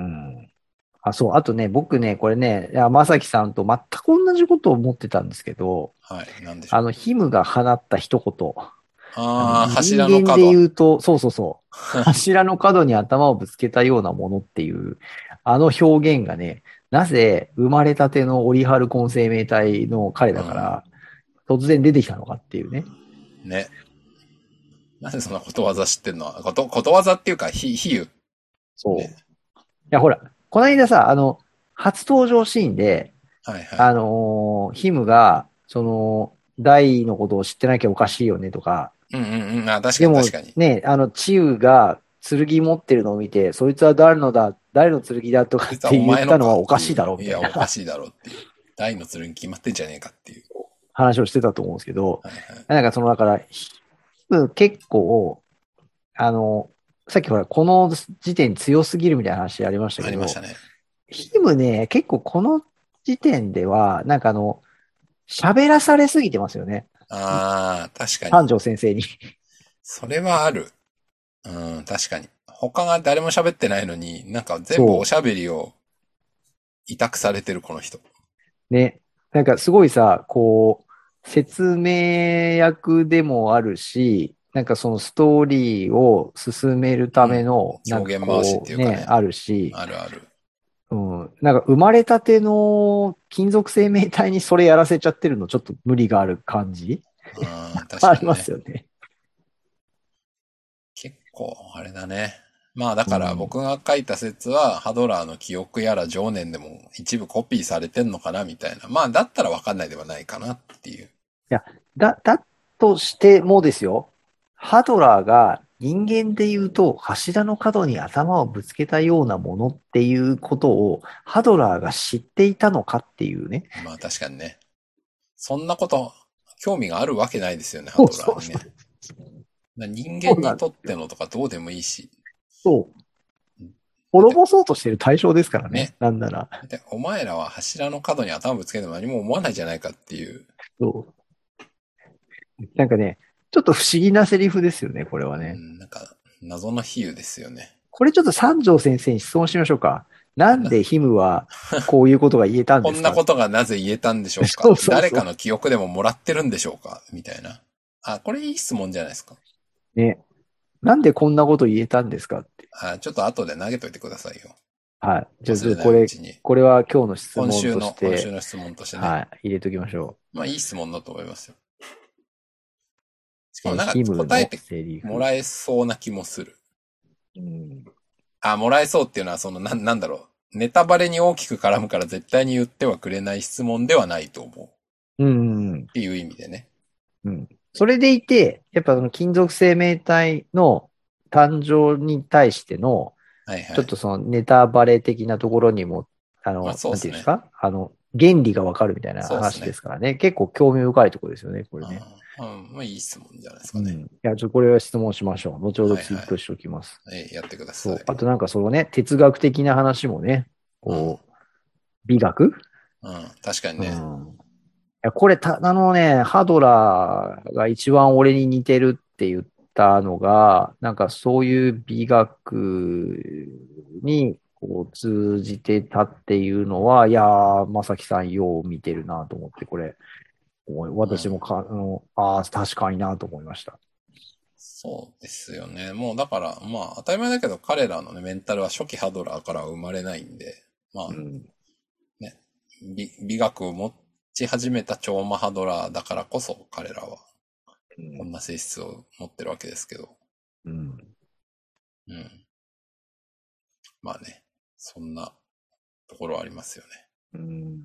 あ、そう。あとね、僕ね、これね、いや、まさきさんと全く同じことを思ってたんですけど、 はい。なんでしょう。 ヒムが放った一言。 ああ、 人柱の間で角。 言うと、そうそうそう。柱の角に頭をぶつけたようなものっていう、あの表現がね、なぜ生まれたてのオリハルコン生命体の彼うん。 だから、突然出てきたのかっていうね。 ね。なんでそんなことわざ知ってんのことわざっていうか、比喩。ね。 そう。いや、ほら、この間さ、初登場シーンで、 はいはい。 ヒムが、大のことを知ってなきゃおかしいよねとか、 うんうんうん。あ、確かでもに確かに。 ね、チウが剣持ってるのを見て、そいつは誰の剣だとかって実はお言ったのは前のかっおかしいだていう。いや、 ろうみたいなおかしいだろうっていう。大の剣決まってんじゃねえかっていう。 話をしてたと思うんですけど、 はいはい。 なんかだから、ヒム結構、あの、さっきほら、この時点強すぎるみたいな話ありましたけど、 ありましたね。 ヒムね、結構この時点では、なんか喋らされすぎてますよね。 ああ、確かに。 三条先生に。 それはある。うん、確かに。他が誰も喋ってないのに、なんか全部おそしゃべりを委託されてるこの人。 う。ね。なんかすごいさ、説明役でもあるし、 なんかそのストーリーを進めるための、なんか表現回しっていうかね。 あるし、 あるある。 うん。なんか生まれたての金属生命体にそれやらせちゃってるのちょっと無理がある感じ確ありかにね。 ますよね。 結構、あれだね。まあだからうん。 僕が書いた説は、ハドラーの記憶やら情念でも一部コピーされてんのかなみたいな。まあだったらわかんないではないかなっていう。 いや、だとしてもですよ。ハドラーが人間で言うと柱の角に頭をぶつけたようなものっていうことをハドラーが知っていたのかっていうね。 まあ確かにね。そんなこと、興味があるわけないですよね、ハそうドラーにね。 そうそう。 人間そうなにとってんですよ。 のとかどうでもいいし。 そう。 だって、 滅ぼそうとしてる対象ですからね。 ね。 なんなら。 で、お前らは柱の角に頭ぶつけても何も思わないじゃないかっていう。 そう。なんかね、ちょっと不思議なセリフですよね、これはね。 なんか、謎の比喩ですよね。 これちょっと三条先生に質問しましょうか。なんな、 でヒムはこういうことが言えたんこんなですか？ ことがなぜ言えたんでしょうか？ そうそうそう。 誰かの記憶でももらってるんでしょうか？みたいな。あ、これいい質問じゃないですか。 ね。なんでこんなこと言えたんですかって。 ちょっと後で投げといてくださいよ。 はい。じゃあ、 忘れなこれ、 いうちに。 これは今日の質問とし今週て、 の質問としてね。 はい、入れときましょまあいい質問だと思いますよ。しかう。 もなんかヒムの答えてセリフ。 もらえそうな気もする。 うん。 もらえそうっていうのはなんだろう。ネタバレに大きく絡むから絶対に言ってはくれない質問ではないと思う。 うん。 っていう意味でね。 うん。それでいて、やっぱその金属生命体の誕生に対しての、 はいはい。 ちょっとそのネタバレ的なところにも、 まあそうですね。 なんていうんですか原理がわかるみたいな話でそうですね。 すからね。結構興味深いところですよね、これね。 まあいい質問じゃないですかね。 うん。いや、これは質問しましょう。後ほどはいはい。 ツイートしておきます。 やってください。 そう。あとなんかそのね、哲学的な話もね、 うん。 こう、美学確かにうね。 ん。いや、これハドラーが一番俺に似てるって言ったのが、なんかそういう美学にこう通じてたっていうのは、いやー、まさきさんよう見てるなと思って、これ、 うん。 私も確かになと思いました。 そうですよね。もうだから、まあ当たり前だけど彼らのね、メンタルは初期ハドラーからは生まれないんで、まあうん。 ね、美学を持ち始めた超マハドラーだからこそ彼らはうん。 こんな性質を持ってるわけですけど。 うん。 うん。まあね、そんなところはありますよね。 うん。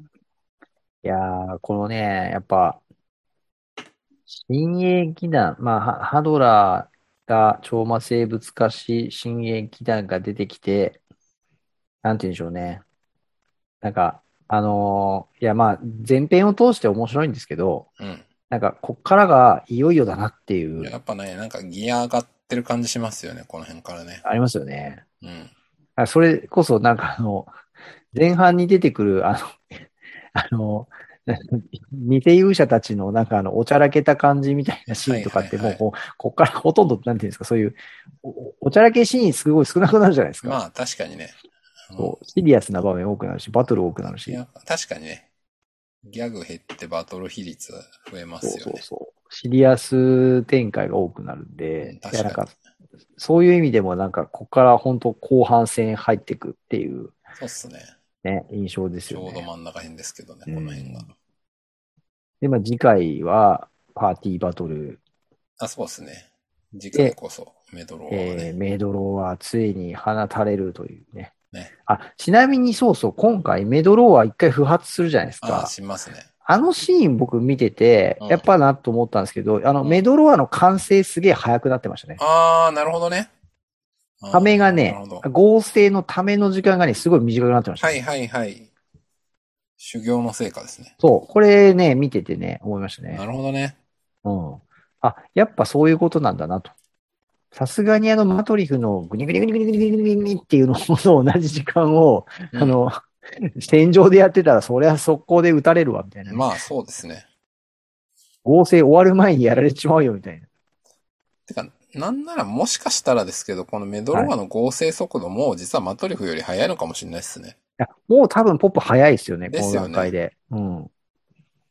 いやー、このね、やっぱ、新鋭気団、まあ、ハドラーが超魔生物化し、新鋭気団が出てきて、なんて言うんでしょうね。なんか、いや、まあ、前編を通して面白いんですけど、 うん。 なんか、こっからがいよいよだなっていう、 やっぱね、なんかギア上がってる感じしますよね、この辺からね。 ありますよね。 うん。 それこそ、なんか前半に出てくる、あの、偽勇者たちのなんかおちゃらけた感じみたいなシはいーンとかってはいはい。 こっからほとんど、なんていうんですか、そういうおちゃらけシーンすごい少なくなるじゃないですか。 まあ確かにね。 そう、シリアスな場面多くなるし、バトル多くなるし。 いや、確かにね。ギャグ減ってバトル比率増えまそうすよね。 そうそう。シリアス展開が多くなるんで、 うん、 いや、 確かに。 なんか、そういう意味でもなんか、ここから本当後半戦入っていくっていうそうっすね。 ね、印象ですちょうどよね。 真ん中辺ですけどね、 うこの辺が。 ん。で、まあ次回はパーティーバトルそうっすね。次回で、 こそ、メドローアがね。 メドロはついに放たれるというね。 ね。 ちなみにそうそう、今回メドロは一回不発するじゃないですか。 しますね。 あのシーン僕見てて、 うん。 やっぱなと思ったんですけど、 うん。 メドロアの完成すげえ早くなってましたね。 なるほどね。 ためなるほど、ながね、 るほど。 合成のための時間がね、すごい短くなってましたね。 はいはいはい。修行の成果ですね。 そう、これね、見ててね、思いましたなね。 るほどね。 うん。やっぱそういうことなんだなと。さすがにマトリフのグニグニグニグニグニグニグニグニっていうのと同じ時間を、 うん。 戦場でやってたら、そりゃ速攻で撃たれるわ、みたいなね。 まあそうですね。 合成終わる前にやられちまうよ、みたいな。 てか、なんならもしかしたらですけど、このメドはい。 ローアの合成速度も実はマトリフより速いのかもしれないですね。 もう多分ポップ早いですよね、 でこのすよね。 段階で。うん。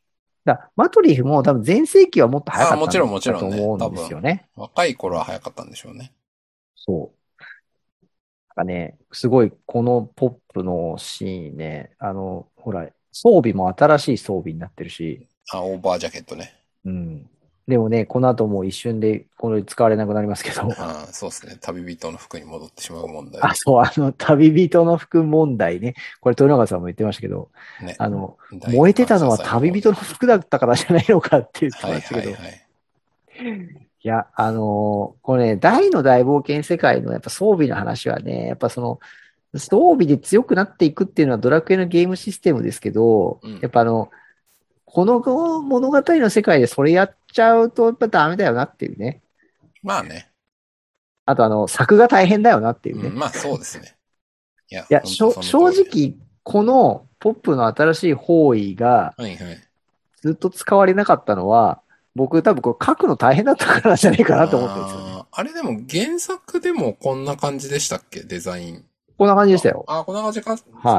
マトリフも多分全盛期はもっと早かったんだもちろんね。 と思うんですよね。 若い頃は早かったんでしょうね。 そう。なんかね、すごいこのポップのシーンね、ほら、装備も新しい装備になってるし、 オーバージャケットね。 うん。でもね、この後もう一瞬でこの使われなくなりますけど。 そうですね。旅人の服に戻ってしまう問題。 そう、旅人の服問題ね。これ、豊永さんも言ってましたけど、 ね。 燃えてたのは旅人の服だったからじゃないのかって言ってましたけど。 はい。 いや、これね、大の大冒険世界のやっぱ装備の話はね、やっぱその、装備で強くなっていくっていうのはドラクエのゲームシステムですけど、やっぱこの物語の世界でそれやっちゃうとやっぱダメだよなっていうね。 まあね。 あと作が大変だよなっていうね。 まあそうですね。いや、 正直、このポップの新しい方位が、ずっと使われなかったのは、僕多分これ書くの大変だったからじゃないかなと思ってるんですよね。 あれでも原作でもこんな感じでしたっけデザイン。 こんな感じでしたよ。 こんな感じか。 はい。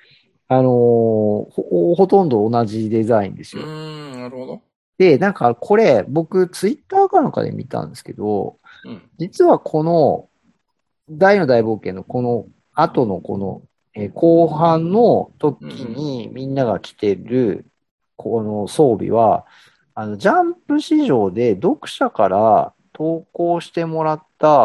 ほとんど同じデザインですよ。 なるほど。 で、なんかこれ、僕、ツイッターかなんかで見たんですけど、実はこの、大の大冒険のこの後のこの、後半の時にみんなが着てる、この装備は、ジャンプ市場で読者から投稿してもらった、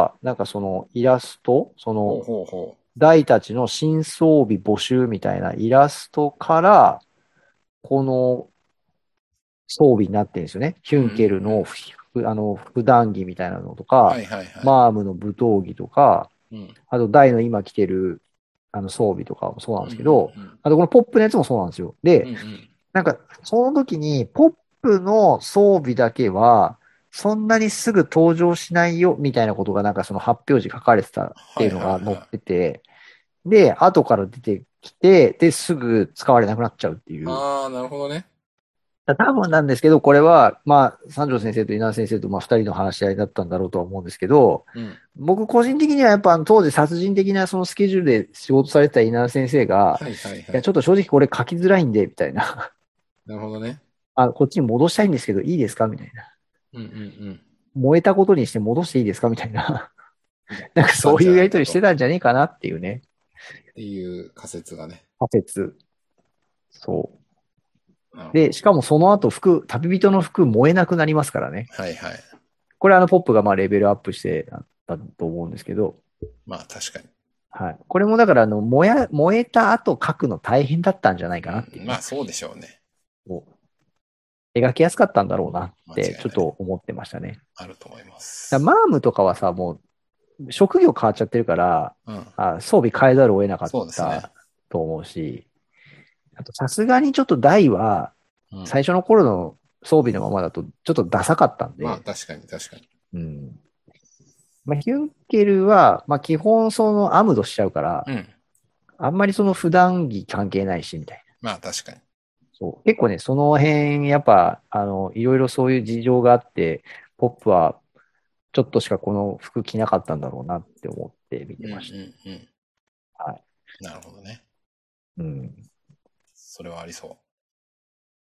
なんかそのイラスト、その、大たちの新装備募集みたいなイラストから、この装備になってるんですよね。ヒュンケルの、普段着みたいなのとか、マームの舞踏着とか、あと大の今着てる装備とかもそうなんですけど、あとこのポップのやつもそうなんですよ。で、なんかその時にポップの装備だけは、そんなにすぐ登場しないよみたいなことがなんかその発表時書かれてたっていうのが載ってて、で、後から出てきて、で、すぐ使われなくなっちゃうっていう。 なるほどね。 多分なんですけど、これは、まあ、三条先生と稲田先生と、まあ、二人の話し合いだったんだろうとは思うんですけど、僕個人的にはやっぱ当時殺人的なそのスケジュールで仕事されてた稲田先生が、いや、ちょっと正直これ書きづらいんで、みたいな。 なるほどね。 こっちに戻したいんですけど、いいですかみたいな。燃えたことにして戻していいですかみたいな。なんかそういうやりとりしてたんじゃねえかなっていうね。 っていう仮説がね。 仮説。そう。で、しかもその後旅人の服燃えなくなりますからね。これポップがまあレベルアップしてたと思うんですけど。 まあ確かに。 はい。これもだから燃えた後書くの大変だったんじゃないかなっていう、ねまあそうでしょうね。 描きやすかったんだろうなってちょっと思ってましたね。 あると思います。 マームとかはさ、もう職業変わっちゃってるから、装備変えざるを得なかったと思うし、あとさすがにちょっと大は、最初の頃の装備のままだとちょっとダサかったんで。 まあ確かに。 まあ、ヒュンケルは、まあ基本そのアムドしちゃうから、あんまりその普段着関係ないし、みたいな。まあ確かに。 そう。結構ね、その辺、やっぱ、いろいろそういう事情があって、ポップは、ちょっとしかこの服着なかったんだろうなって思って見てました。はい。 なるほどね。それはありそう。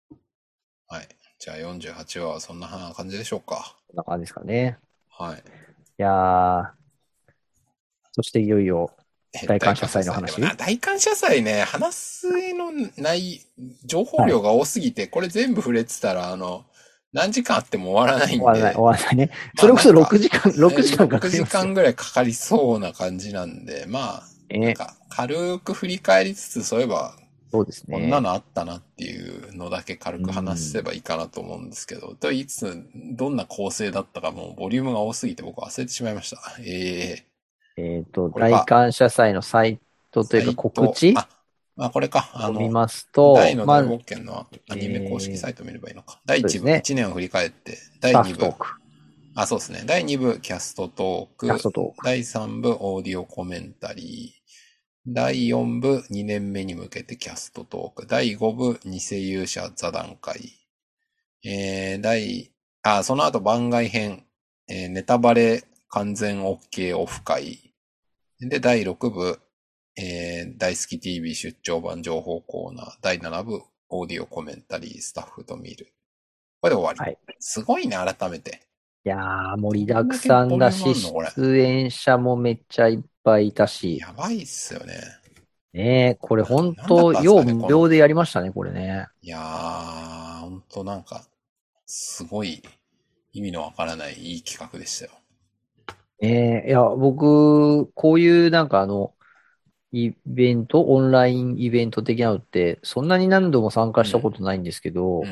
はい。じゃあ48話はそんな感じでしょうか。 こんな感じですかね。 はい。 いやー、そしていよいよ、大感謝祭の話。 大感謝祭ね、話すの情報量が多すぎて、これ全部触れてたら、何時間あっても終わらないんで。 終わらないね。それこそ6時間、6時間かかりますよ。 6時間ぐらいかかりそうな感じなんで、まあ、なんか、軽く振り返りつつ、そういえば、 そうですね。 こんなのあったなっていうのだけ軽く話せばいいかなと思うんですけど、と言いつつ、どんな構成だったかもうボリュームが多すぎて僕忘れてしまいました。 大感謝祭のサイトというか告知まあこれか。 見ますと、 大の大冒険のアニメ公式サイトを見ればいいのか。第1部、1年を振り返って、第2部。そうですね。第2部、キャストトーク。第3部、オーディオコメンタリー。第4部、2年目に向けてキャストトーク。第5部、偽勇者座談会。その後番外編、ネタバレ完全 OK オフ会。で、第6部、大好き TV 出張版情報コーナー。第7部、 オーディオコメンタリー、スタッフと見る。これで終わり。はい、すごいね、改めて。 いやー、盛りだくさんだし、出演者もめっちゃいっぱいいたし。 やばいっすよね。 ねえ、これ本当、よう無料でやりましたね、これね。 いやー、本当なんか、すごい意味のわからないいい企画でしたよ。 いや、僕、こういうなんかイベント、オンラインイベント的なのって、そんなに何度も参加したことないんですけど、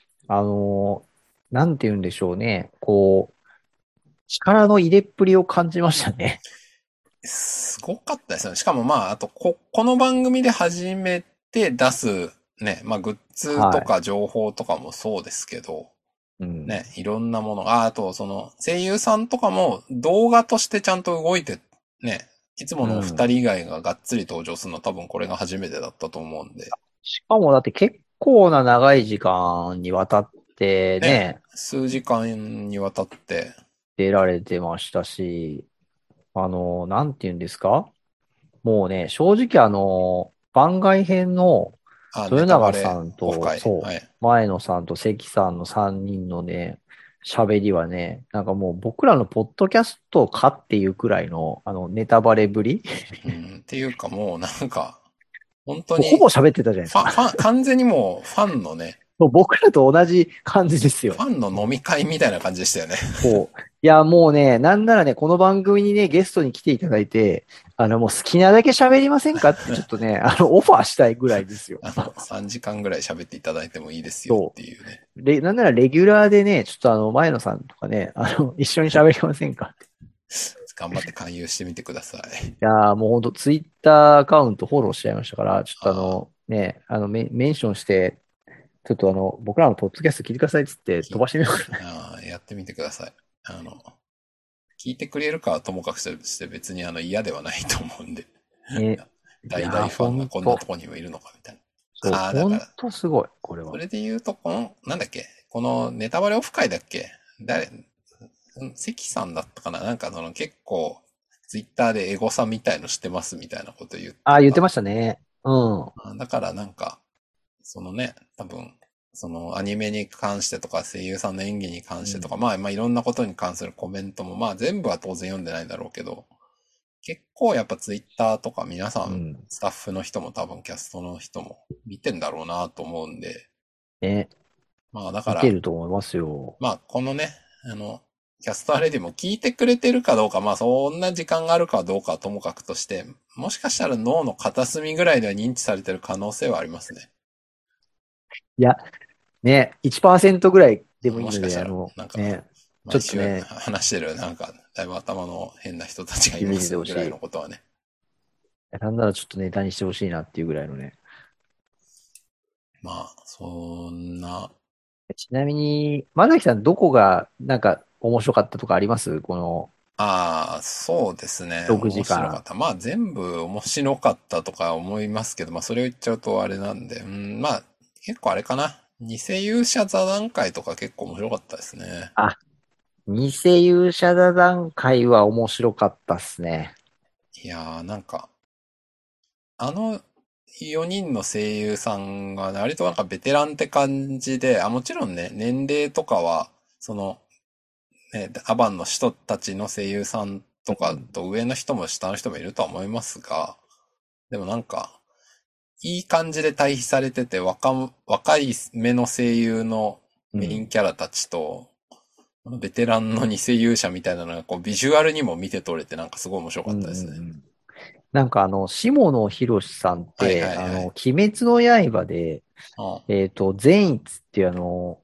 なんて言うんでしょうね。こう、力の入れっぷりを感じましたね。 すごかったですよね。しかもまあ、あとこの番組で初めて出す、ね、まあ、グッズとか情報とかもそうですけど、ね、いろんなものが、あと、その、声優さんとかも動画としてちゃんと動いて、ね、いつものお二人以外ががっつり登場するのは多分これが初めてだったと思うんで。 しかもだって結構な長い時間にわたってね、 数時間にわたって出られてましたし、なんて言うんですか？もうね、正直番外編の豊永さんと、そう、前野さんと関さんの3人のね、喋りはね、なんかもう僕らのポッドキャストかっていうくらいの、ネタバレぶりっていうかもうなんか、本当に。 ほぼ喋ってたじゃないですか。完全にもうファンのね。 僕らと同じ感じですよ。 ファンの飲み会みたいな感じでしたよね。 そう。いや、もうね、なんならね、この番組にね、ゲストに来ていただいて、もう好きなだけ喋りませんかってちょっとね、オファーしたいぐらいですよ。 3時間ぐらい喋っていただいてもいいですよっていうね。なんならレギュラーでね、ちょっと前野さんとかね、一緒に喋りませんか頑張って勧誘してみてください。 いやーもうほんとツイッターアカウントフォローしちゃいましたから、ちょっとね、メンションして、ちょっと僕らのポッドキャスト聞いてくださいっつって飛ばしてみようかな。やってみてください。聞いてくれるかはともかくして別に嫌ではないと思うんで。大々ファンがこんなとこにもいるのかみたいな。 そう、ほんとすごい、これは。 それで言うと、なんだっけ、このネタバレオフ会だっけ関さんだったかななんか結構、ツイッターでエゴサみたいのしてますみたいなこと言って。 言ってましたね。うん。 だからなんか、そのね、多分、そのアニメに関してとか声優さんの演技に関してとか、まあいろんなことに関するコメントも、まあ全部は当然読んでないだろうけど、結構やっぱツイッターとか皆さん、スタッフの人も多分キャストの人も見てんだろうなと思うんで。まあだから。 見てると思いますよ。 まあこのね、キャストアレディも聞いてくれてるかどうか、まあそんな時間があるかどうかはともかくとして、もしかしたら脳の片隅ぐらいでは認知されてる可能性はありますね。 いや、ね、1% ぐらいでもいいので、 もしかしたら、なんか、ね、毎週話してる、なんか、だいぶ頭の変な人たちがいますぐらいのことはね。 なんならちょっとネタにしてほしいなっていうぐらいのね。 まあ、そんな。 ちなみに、まさきさんどこが、なんか、面白かったとかありますこの。 そうですね。 6時間。 面白かった。まあ全部面白かったとか思いますけど、まあそれを言っちゃうとあれなんで、まあ結構あれかな。偽勇者座談会とか結構面白かったですね。 偽勇者座談会は面白かったっすね。 いやーなんか、4人の声優さんが、割となんかベテランって感じで、もちろんね、年齢とかは、ね、アバンの人たちの声優さんとかと上の人も下の人もいるとは思いますが、でもなんか、いい感じで対比されてて、若い目の声優のメインキャラたちと、ベテランの偽勇者みたいなのが、ビジュアルにも見て取れて、なんかすごい面白かったですね。 なんか下野博さんって、鬼滅の刃で、善逸っていう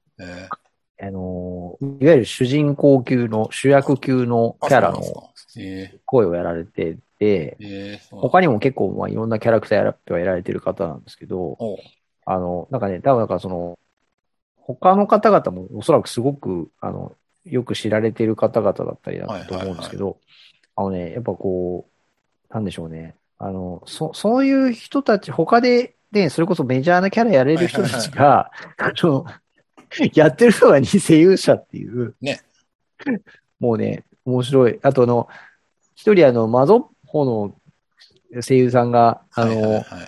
いわゆる主人公級の、主役級のキャラの声をやられてて、他にも結構、まあ、いろんなキャラクターやられてる方なんですけど、なんかね、多分なんか他の方々もおそらくすごく、よく知られている方々だったりだと思うんですけど、やっぱこう、なんでしょうね。そういう人たち、他で、ね、それこそメジャーなキャラやれる人たちが、やってるのが偽勇者っていう。 ね。 もうね、面白い。あと一人マゾッホの声優さんが、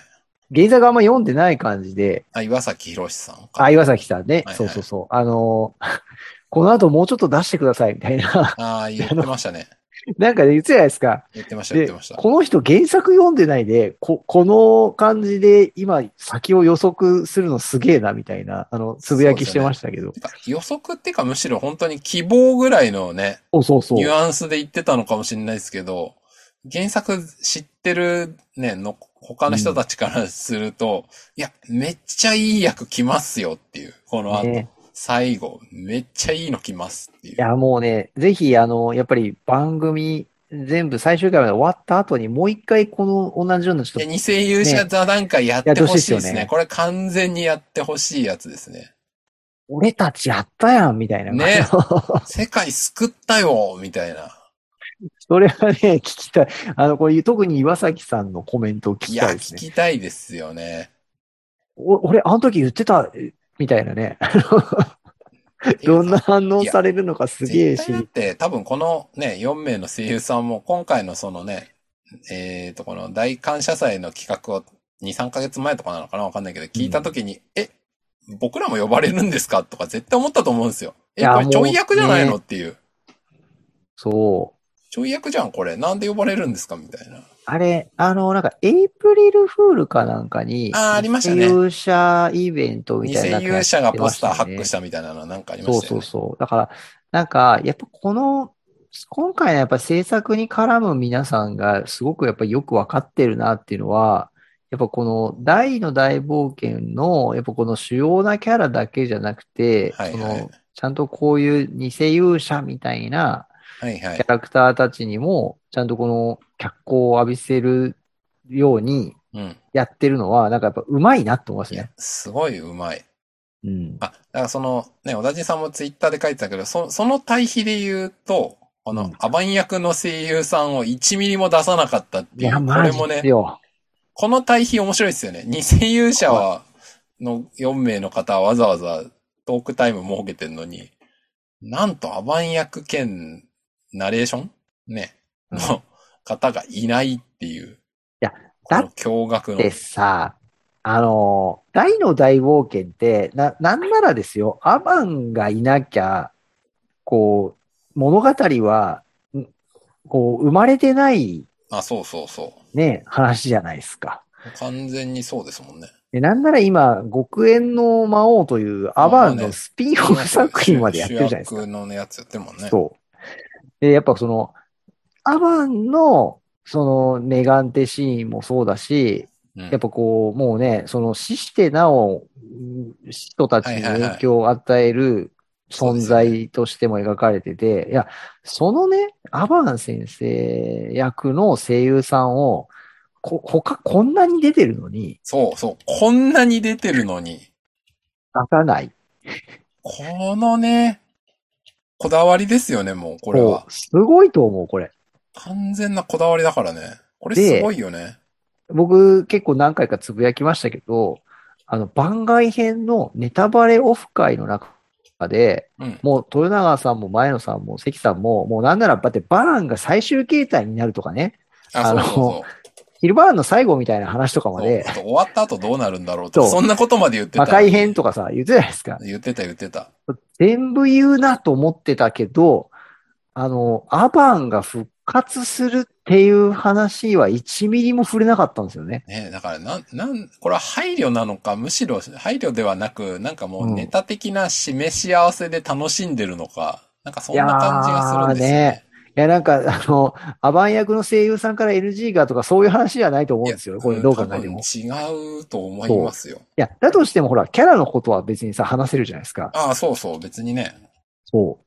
原作あんま読んでない感じで、 岩崎宏さんか。 岩崎さんね。 はいはい。 そうそうそう。この後もうちょっと出してくださいみたいなああ、言ってましたね。 なんか言ってたじゃないですか。 言ってました、言ってで、 ました。 この人原作読んでないで、この感じで今先を予測するのすげえなみたいな、つぶやきしてまそうですよね。 したけど。 てか予測っていうかむしろ本当に希望ぐらいのね、 そうそうそニュアンスで言ってたのかもしれないですけど、原作知ってるね、他う。うの人ん。 たちからすると、いや、めっちゃいい役来ますよっていう、この後、 ね。 最後、めっちゃいいの来ますっていう。 いや、もうね、ぜひ、やっぱり番組全部最終回まで終わった後にもう一回この同じようなちょっといや、偽勇者ね、 座談会やってやってほしいでほしいですね。 すよね。 これ完全にやってほしいやつですね。 俺たちやったやんみたいな。 ね。世界救ったよみたいな。 それはね、聞きたい。これ特に岩崎さんのコメントを聞いや、 きたいですね。 聞きたいですよね。 俺、あの時言ってた、みたいなね。どんなっていうか、いや、 反応されるのかす絶げえ対だって多分このね、4名の声優さんも今回のそのね、この大感謝祭の企画を2、3ヶ月前とかなのかなわかんないけど、聞いた時に、僕らも呼ばれるんですかとか絶対思ったと思うんですよ。 いや、 これちょいも役じゃないのうね、 っていう。 そう。 ちょい役じゃんこれ。なんで呼ばれるんですかみたいな。 あれ、なんか、エイプリルフールかなんかに、 ありましたね。 勇者イベントみ偽たいななんかやっ勇者がてまポスターハックししたよね。 たみたいなのなんかありまそうしたよね。 そうそう。だから、なんか、やっぱ今回のやっぱ制作に絡む皆さんがすごくやっぱよくわかってるなっていうのは、やっぱこの大の大冒険の、やっぱこの主要なキャラだけじゃなくて、 はいはい。 ちゃんとこういう偽勇者みたいなはいはい。 キャラクターたちにも、ちゃんとこの脚光を浴びせるようにうん。 やってるのは、なんかやっぱうまいなって思いますいや、 ね。 すごいうまい。 うん。 だからその、ね、小田地さんもツイッターで書いてたけど、その対比で言うと、このうん。 アバン役の声優さんを1ミリも出さなかったっいや、 ていう、こマジっれもね、 すよ。 この対比面白いですよね。偽勇者は、の4名の方はわざわざトークタイム設けてんのに、なんとアバン役兼ナレーションね、 うん。いの方がいないっていう、 や、だっこの驚愕ての。 さ、大の大冒険って、なんならですよ、アバンがいなきゃ、こ物語は、生まれてないあ、そうそうそね、話じゃないですか。 う。完全にそうですもんね。 で、なんなら今、極限の魔王というアバンのまあね、 スピンオフ作品までやっ主てるじゃないですか。 役のやつやってるもんね。 そう。で、やっぱアバンの、メガンテシーンもそうだし、 うん。 やっぱもうね、死してなお、人たはちにいはいはい。 影響を与える存そうですよね。 在としても描かれてて、いや、そのね、アバン先生役の声優さんを、他こんなに出てるのに、 そうそう。こんなに出てるのに、 出さない。 このね、こだわりですよね、もう、これは。 そう、すごいと思う、これ。 完全なこだわりだからね。これすごで、 いよね。 僕結構何回かつぶやきましたけど、番外編のネタバレオフ会の中で、 うん。 もう豊永さんも前野さんも関さんも、もうなんなら、だってバーンが最終形態になるとかね、 あ、 あの、 そうそうそう。 ヒルバーンの最後みたいな話とかまそう。 で、 あと、終わった後どうなるんだろうとか、そそう、 んなことまで言って魔界たのに。 編とかさ、言ってたじゃないですか。 言ってた言ってた。 全部言うなと思ってたけど、アバンが復活するっていう話は1ミリも触れなかったんですよね。 ね、だからこれは配慮なのか、むしろ配慮ではなく、なんかもううん。 ネタ的な示し合わせで楽しんでるのか、なんかいやそんな感じがするんーね。 ですよね。 いや、なんか、アバン役の声優さんから NG がとかそういう話じゃないと思いや、 うんですよ。これどう多分考えても。 違うと思いそう。 ますよ。 いや、だとしてもほら、キャラのことは別にさ、話せるじゃないですか。 ああ、そうそう、別にね。 そう。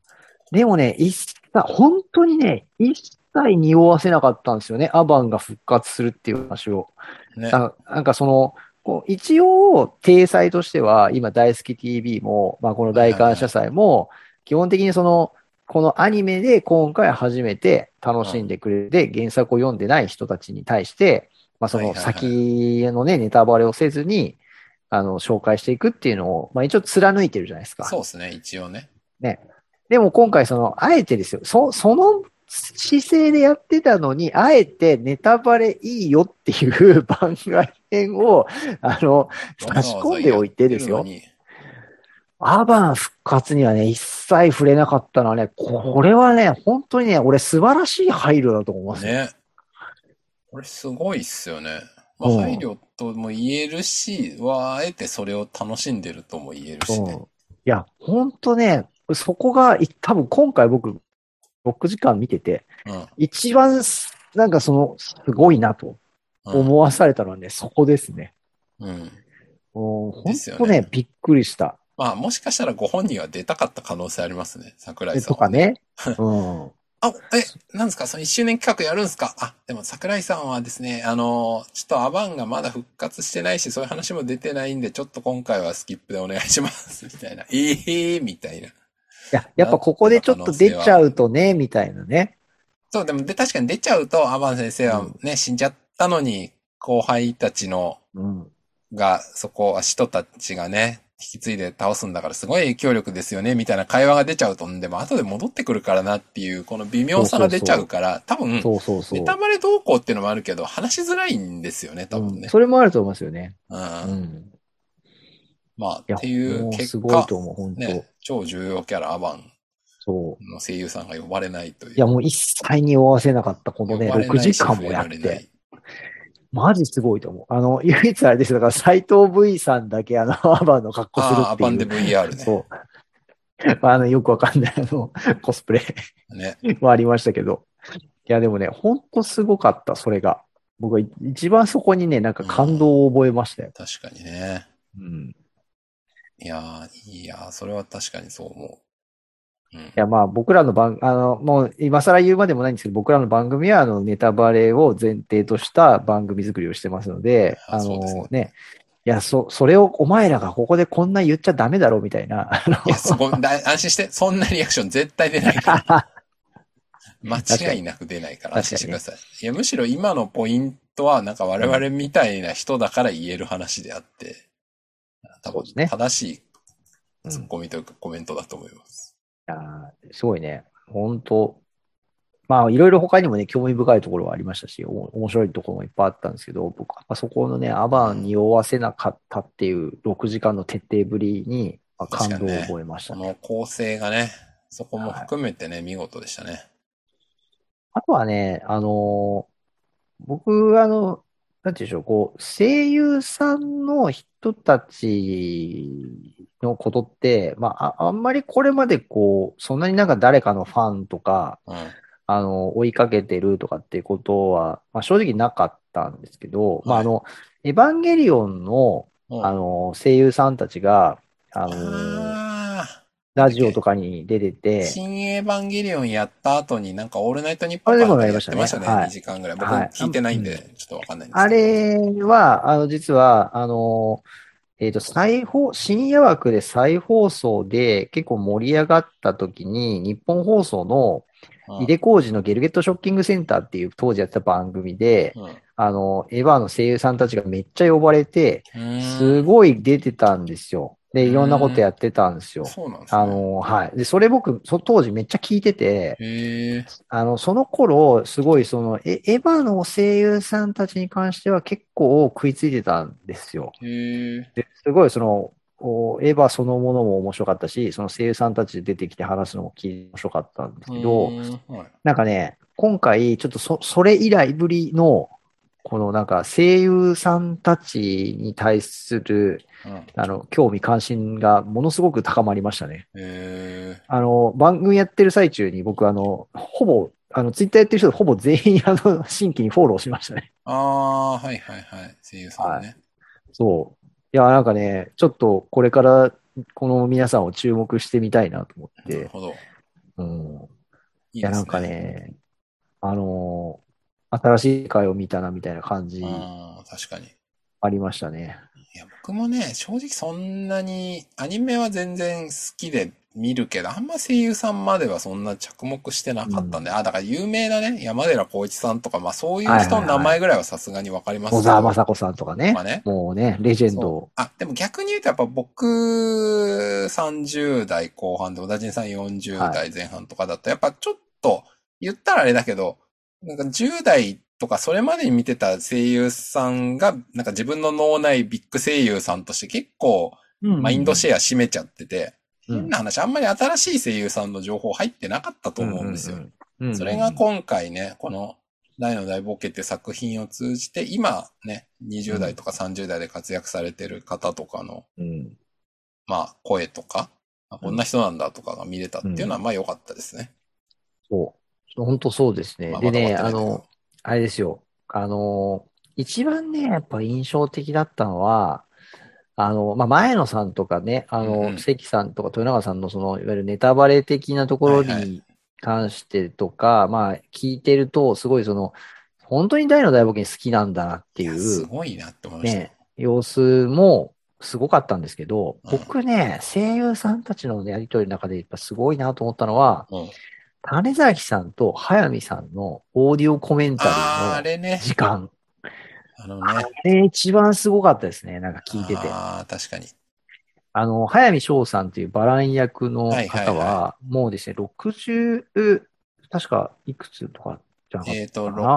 でもね、本当にね、一切匂わせなかったんですよね。アバンが復活するっていう話を。 ね。 なんか一応、体裁としては、今、大好き TV も、まあ、このはい大感謝はいはい。 祭も、基本的にこのアニメで今回初めて楽うん。 しんでくれて、原作を読んでない人たちに対して、まあ、そのはいはいはい。 先のね、ネタバレをせずに、紹介していくっていうのを、まあ、一応貫いてるじゃないですか。 そうですね、一応ね。 ね。でも今回あえてですよ。その姿勢でやってたのに、あえてネタバレいいよっていう番外編を、差し込んでおいてですよ。アバン復活にはね、一切触れなかったのはね、これはね、本当にね、俺素晴らしい配慮だと思いますよ。 ね。これすごいっすよね。まあ、配慮とも言えるし、あえてそれを楽しんでるとも言えるしね。 いや、本当ね、そこが、多分今回僕、6時間見てて、一番、なんかすごいなと思わされたのはね、そこですね。本当ね、びっくりした。 まあ、もしかしたらご本人は出たかった可能性ありますね、桜井さんは、とかね。 なんですかその1周年企画やるんですかでも桜井さんはですね、ちょっとアバンがまだ復活してないし、そういう話も出てないんで、ちょっと今回はスキップでお願いします、みたいな。みたいな。 やっぱここでちょっと出ちゃうとね、みたいなね。 そう、でも確かに出ちゃうと、アバン先生はね、死んじゃったのに、後輩たちの、人たちがね、引き継いで倒すんだからすごい影響力ですよね、みたいな会話が出ちゃうと、でも後で戻ってくるからなっていう、この微妙さが出ちゃうから、多分、ネタバレ動向っていうのもあるけど、話しづらいんですよね、多分ね。 それもあると思いますよね。 まあ、っていう結果、ね、超重要キャラアバンの声優さんが呼ばれないという。 いや、もう一切に合わせなかった、このね、6時間もやって。マジすごいと思う。唯一あれですだから斎藤 V さんだけアバンの格好するっていう。 アバンで VR ね。 そう。よくわかんないコスプレね。はありましたけど。いや、でもね、ほんとすごかった、それが。僕は一番そこにね、なんか感動を覚えましたよ。 確かにね。いや、それは確かにそう思う。 いや、まあ、僕らのもう、今更言うまでもないんですけど、僕らの番組は、ネタバレを前提とした番組作りをしてますので、ね、いや、それをお前らがここでこんな言っちゃダメだろ、みたいな。 いや、安心して、そんなリアクション絶対出ないから。間違いなく出ないから安心してください。いや、むしろ今のポイントは、なんか我々みたいな人だから言える話であって、多分、正しいツッコミというかコメントだと思います。 いやすごいね。本当まあ、いろいろ他にもね、興味深いところはありましたし、面白いところもいっぱいあったんですけど、僕はそこのね、アバンに合わせなかったっていう6時間の徹底ぶりに、感動を覚えましたね。 この構成がね、そこも含めてね、見事でしたね。 あとはね、僕、なんて言うんでしょう、声優さんの人たちのことって、まあ、あんまりこれまでそんなになんか誰かのファンとか、追いかけてるとかっていうことは、まあ、正直なかったんですけど、まあ、エヴァンゲリオンの、声優さんたちが、ラジオとかに出てて、 新エヴァンゲリオンやった後になんかオールナイトニッポンかなんかやってましたね。2時間ぐらい。僕聞いてないんで、ちょっとわかんないんですけど。あれは、実は、深夜枠で再放送で結構盛り上がった時に、日本放送の井出浩二のゲルゲットショッキングセンターっていう当時やってた番組で、エヴァの声優さんたちがめっちゃ呼ばれて、すごい出てたんですよ。で、いろんなことやってたんですよ。 そうなんですね。 はい。で、それ僕、当時めっちゃ聞いてて、その頃、すごいエヴァの声優さんたちに関しては結構食いついてたんですよ。ですごいエヴァそのものも面白かったし、その声優さんたちで出てきて話すのも面白かったんですけど、なんかね、今回、ちょっとそれ以来ぶりの、このなんか声優さんたちに対する、興味関心がものすごく高まりましたね。番組やってる最中に僕ほぼ、ツイッターやってる人ほぼ全員新規にフォローしましたね。 はいはいはい。声優さんね。 そう。いや、なんかね、ちょっとこれからこの皆さんを注目してみたいなと思って。 なるほど。 いや、なんかね、新しい世界を見たなみたいな感じ。 確かに。 ありましたね。 いや、僕もね、正直そんなに、アニメは全然好きで見るけど、あんま声優さんまではそんな着目してなかったんで、だから有名なね、山寺宏一さんとか、まあそういう人の名前ぐらいはさすがにわかりますけど。 小沢雅子さんとかね。もうね、レジェンド。 でも逆に言うとやっぱ僕30代後半で、小田人さん40代前半とかだと、やっぱちょっと言ったらあれだけど、なんか10代とかそれまでに見てた声優さんが、なんか自分の脳内ビッグ声優さんとして結構、マインドシェア占めちゃってて、変な話、あんまり新しい声優さんの情報入ってなかったと思うんですよ。それが今回ね、この大の大冒険っていう作品を通じて、今ね、20代とか30代で活躍されてる方とかの、まあ、声とか、こんな人なんだとかが見れたっていうのは、まあ良かったですね。 そう。本当そうですね。でね、あれですよ。一番ね、やっぱ印象的だったのは、まあ、前野さんとかね、関さんとか豊永さんのいわゆるネタバレ的なところに関してとか、まあ、聞いてると、すごい本当に大の大冒険好きなんだなっていう、 すごいなって思いました。 ね、様子もすごかったんですけど、僕ね、声優さんたちのやりとりの中でやっぱすごいなと思ったのは、種崎さんと早見さんのオーディオコメンタリーの時間。あれ一番すごかったですね。なんか聞いてて。 確かに。 早見翔さんっていうバラン役の方は、もうですね、60、確かいくつとかじゃなかったかな。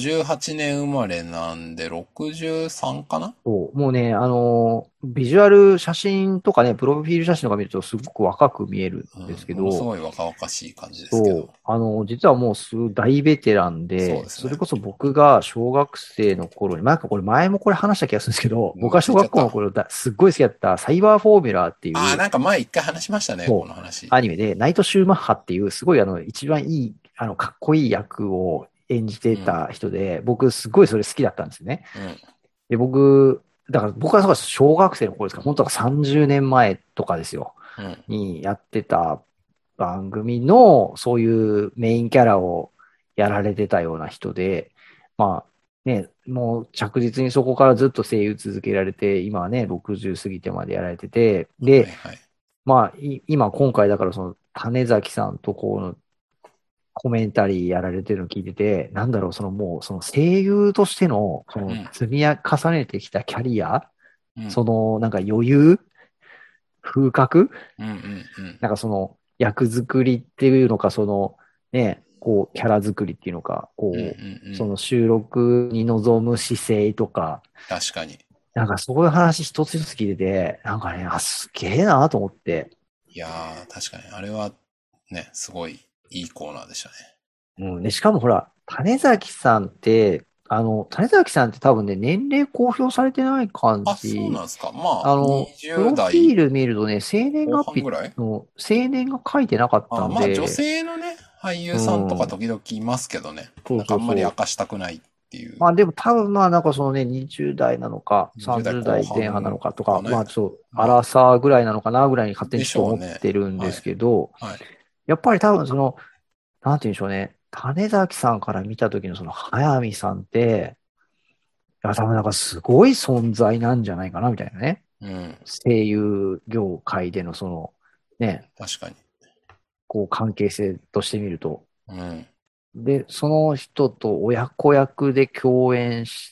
58年生まれなんで、63かな？ そう、もうね、ビジュアル写真とかね、プロフィール写真とか見るとすごく若く見えるんですけど、 すごい若々しい感じですけど。 そう、実はもうすごい大ベテランで、それこそ僕が小学生の頃に、なんかこれ前もこれ話した気がするんですけど、僕が小学校の頃すっごい好きだったサイバーフォーミュラーっていう。 なんか前一回話しましたね、この話。 アニメで、ナイト・シューマッハっていう、すごい一番いい、かっこいい役を演じてた人で、僕すごいそれ好きだったんですよね。で、だから僕は小学生の頃ですから、本当は30年前とかですよ。にやってた番組の、そういうメインキャラをやられてたような人で、まあね、もう着実にそこからずっと声優続けられて、今はね、60過ぎてまでやられてて、で、まあ、今回だから種崎さんとコメンタリーやられてるの聞いてて、なんだろう、もう、声優としての、積み重ねてきたキャリア、なんか余裕、風格、なんか役作りっていうのか、ね、こう、キャラ作りっていうのか、こう、収録に臨む姿勢とか、 確かに。 なんかそういう話一つ一つ聞いてて、なんかね、すげえなと思って。 いやー、確かに。あれは、ね、すごいいいコーナーでしたね。 で、しかもほら、種崎さんって、種崎さんって多分ね、年齢公表されてない感じ。 そうなんですか。まあ、 プロフィール見るとね、生年月日の、生年が書いてなかったんで。 まあ、女性のね、俳優さんとか時々いますけどね。なんかあんまり明かしたくないっていう。 まあでも多分まあなんか20代なのか、30代前半なのかとか、まあアラサーぐらいなのかなぐらいに勝手にちょっと思ってるんですけど、やっぱり多分なんて言うんでしょうね。種崎さんから見た時の早見さんって、いや、多分なんかすごい存在なんじゃないかな、みたいなね。声優業界でのね。 確かに。 こう関係性としてみると。で、その人と親子役で共演して、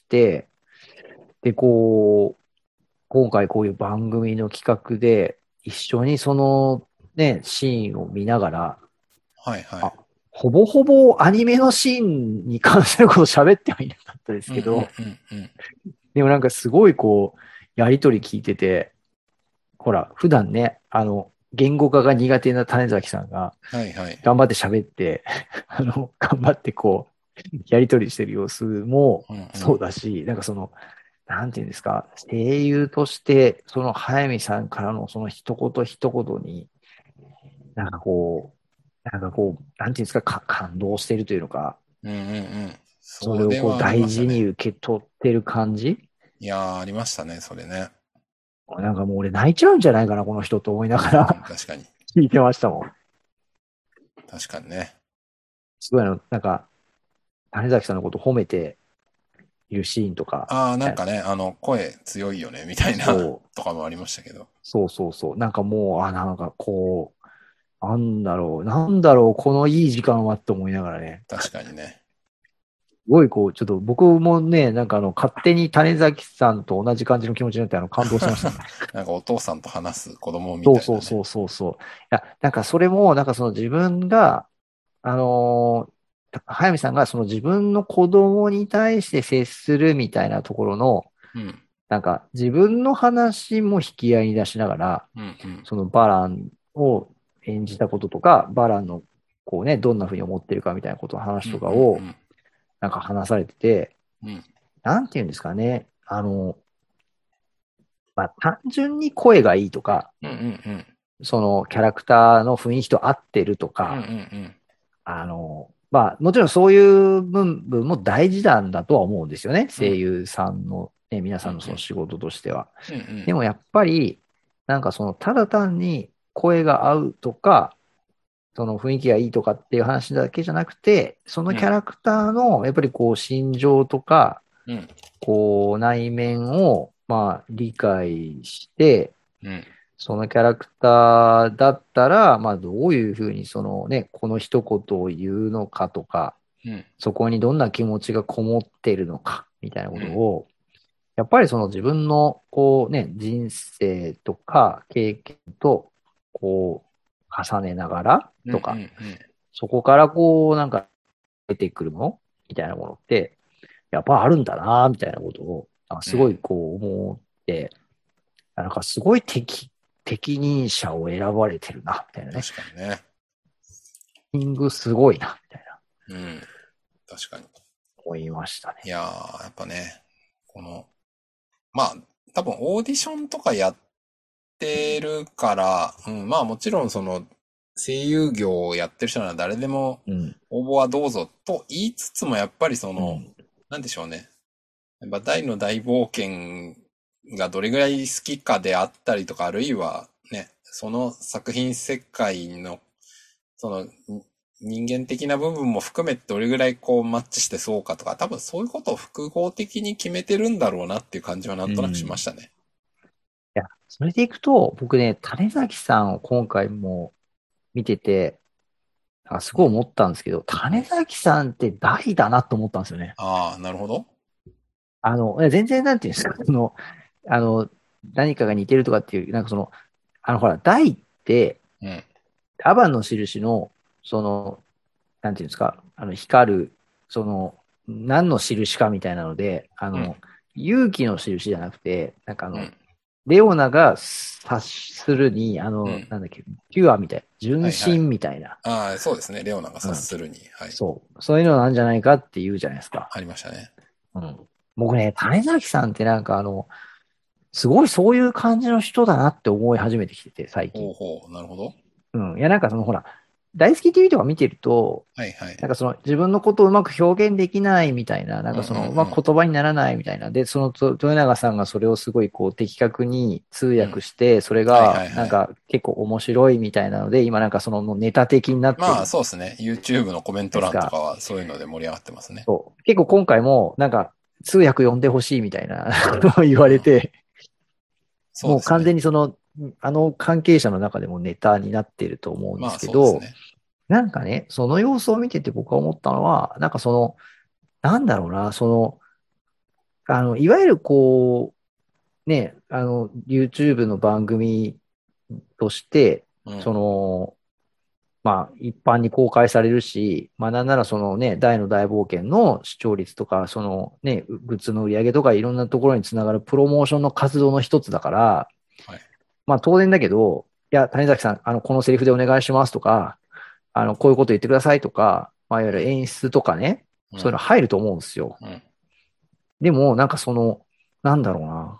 で、今回こういう番組の企画で、一緒にね、シーンを見ながら、ほぼほぼアニメのシーンに関することを喋ってはいなかったですけど、でもなんかすごいやりとり聞いてて、ほら、普段ね、言語化が苦手な種崎さんが、頑張って喋って、頑張ってやりとりしてる様子もそうだし、なんかなんていうんですか、声優として、早見さんからの一言一言に、なんかなんていうんですか、感動してるというのか、それを大事に受け取ってる感じ。 いやー、ありましたね、それね。 なんかもう俺泣いちゃうんじゃないかな、この人と思いながら確かに。 聞いてましたもん。 確かにね。 すごいなんか、種崎さんのこと褒めているシーンとか。 なんかね、声強いよね、みたいな、とかもありましたけど。 そう。なんかもう、なんかなんだろう、このいい時間はって思いながらね。 確かにね。 すごいちょっと僕もね、なんか勝手に種崎さんと同じ感じの気持ちになって感動しましたね。 なんかお父さんと話す子供みたいな、ね。 そう。いや、なんかそれも、なんか自分が、 早見さんがその自分の子供に対して接するみたいなところの、なんか自分の話も引き合いに出しながら、そのバランを演じたこととか、バランのこうね、どんな風に思ってるかみたいなことの話とかを、なんか話されてて、なんていうんですかね、まあ、単純に声がいいとか、そのキャラクターの雰囲気と合ってるとか、まあ、もちろんそういう部分も大事なんだとは思うんですよね。声優さんの、ね、皆さんのその仕事としては。でもやっぱり、なんかその、ただ単に声が合うとか、その雰囲気がいいとかっていう話だけじゃなくて、そのキャラクターの、やっぱりこう、心情とか、こう、内面を、まあ、理解して、そのキャラクターだったら、まあ、どういうふうにそのね、この一言を言うのかとか、そこにどんな気持ちがこもっているのか、みたいなことを、やっぱりその自分の、こうね、人生とか経験と、こう、重ねながらとか、そこからこう、なんか出てくるものみたいなものって、やっぱあるんだな、みたいなことを、すごいこう思って、なんかすごい適任者を選ばれてるな、みたいなね。 確かにね。 キングすごいな、みたいな。確かに。 思いましたね。 いやー、やっぱね、まあ、多分オーディションとかやってるから、まあもちろんその、声優業をやってる人なら誰でも応募はどうぞと言いつつもやっぱりその、なんでしょうね。やっぱ大の大冒険がどれぐらい好きかであったりとか、あるいはね、その作品世界の、その人間的な部分も含めてどれぐらいこうマッチしてそうかとか、多分そういうことを複合的に決めてるんだろうなっていう感じはなんとなくしましたね。 いや、それでいくと、僕ね、種崎さんを今回も見てて、すごい思ったんですけど、種崎さんって大だなと思ったんですよね。 ああ、なるほど。 全然なんていうんですか、あの、何かが似てるとかっていう、なんかその、ほら、大って、アバンの印の、その、なんていうんですか、光る、その、何の印かみたいなので、勇気の印じゃなくて、なんかレオナが察するに、なんだっけ、ピュアみたいな、純真みたいな。 ああ、そうですね。レオナが察するに。はい。 そう。そういうのなんじゃないかって言うじゃないですか。 ありましたね。 僕ね、種崎さんってなんかすごいそういう感じの人だなって思い始めてきてて、最近。 なるほど。 いや、なんかほら、大好き TV とか見てると、なんか自分のことをうまく表現できないみたいな、なんかうまく言葉にならないみたいな。で、豊永さんがそれをすごいこう的確に通訳して、それがなんか結構面白いみたいなので、今なんかネタ的になってる。 まあそうですね。YouTube のコメント欄とかはそういうので盛り上がってますね。 そう。結構今回もなんか通訳呼んでほしいみたいなのを言われて、もう完全に関係者の中でもネタになっていると思うんですけど、なんかね、その様子を見てて僕が思ったのは、なんかなんだろうな、いわゆるこう、ね、YouTube の番組として、まあ、一般に公開されるし、まあ、なんなら大の大冒険の視聴率とか、グッズの売り上げとか、いろんなところにつながるプロモーションの活動の一つだから、まあ、当然だけど、いや、谷崎さん、このセリフでお願いしますとか、こういうこと言ってくださいとか、まあ、いわゆる演出とかね、そういうの入ると思うんですよ。でも、なんかなんだろうな。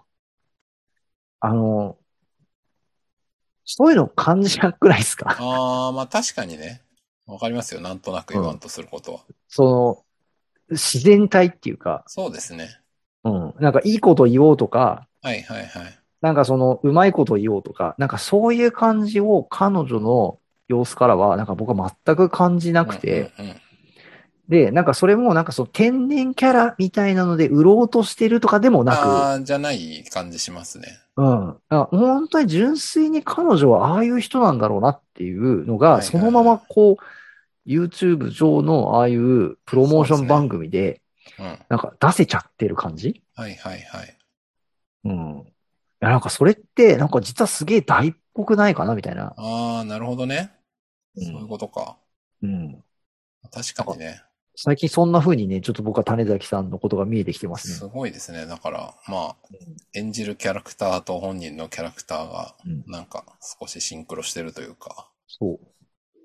そういうの感じなくないですか？ ああ、まあ確かにね。わかりますよ。なんとなく言わんとすることは。自然体っていうか。 そうですね。 なんかいいこと言おうとか。 はいはいはい。 なんかうまいこと言おうとか。なんかそういう感じを彼女の様子からは、なんか僕は全く感じなくて。で、なんかそれもなんか天然キャラみたいなので売ろうとしてるとかでもなく。 ああ、じゃない感じしますね。 本当に純粋に彼女はああいう人なんだろうなっていうのが、そのままYouTube 上のああいうプロモーション番組で、なんか出せちゃってる感じ。 はいはいはい。 いや、なんかそれって、なんか実はすげえ大っぽくないかなみたいな。 ああ、なるほどね。そういうことか。確かにね。 最近そんな風にね、ちょっと僕は種崎さんのことが見えてきてますね。 すごいですね。だから、まあ、演じるキャラクターと本人のキャラクターが、なんか少しシンクロしてるというか。 そう。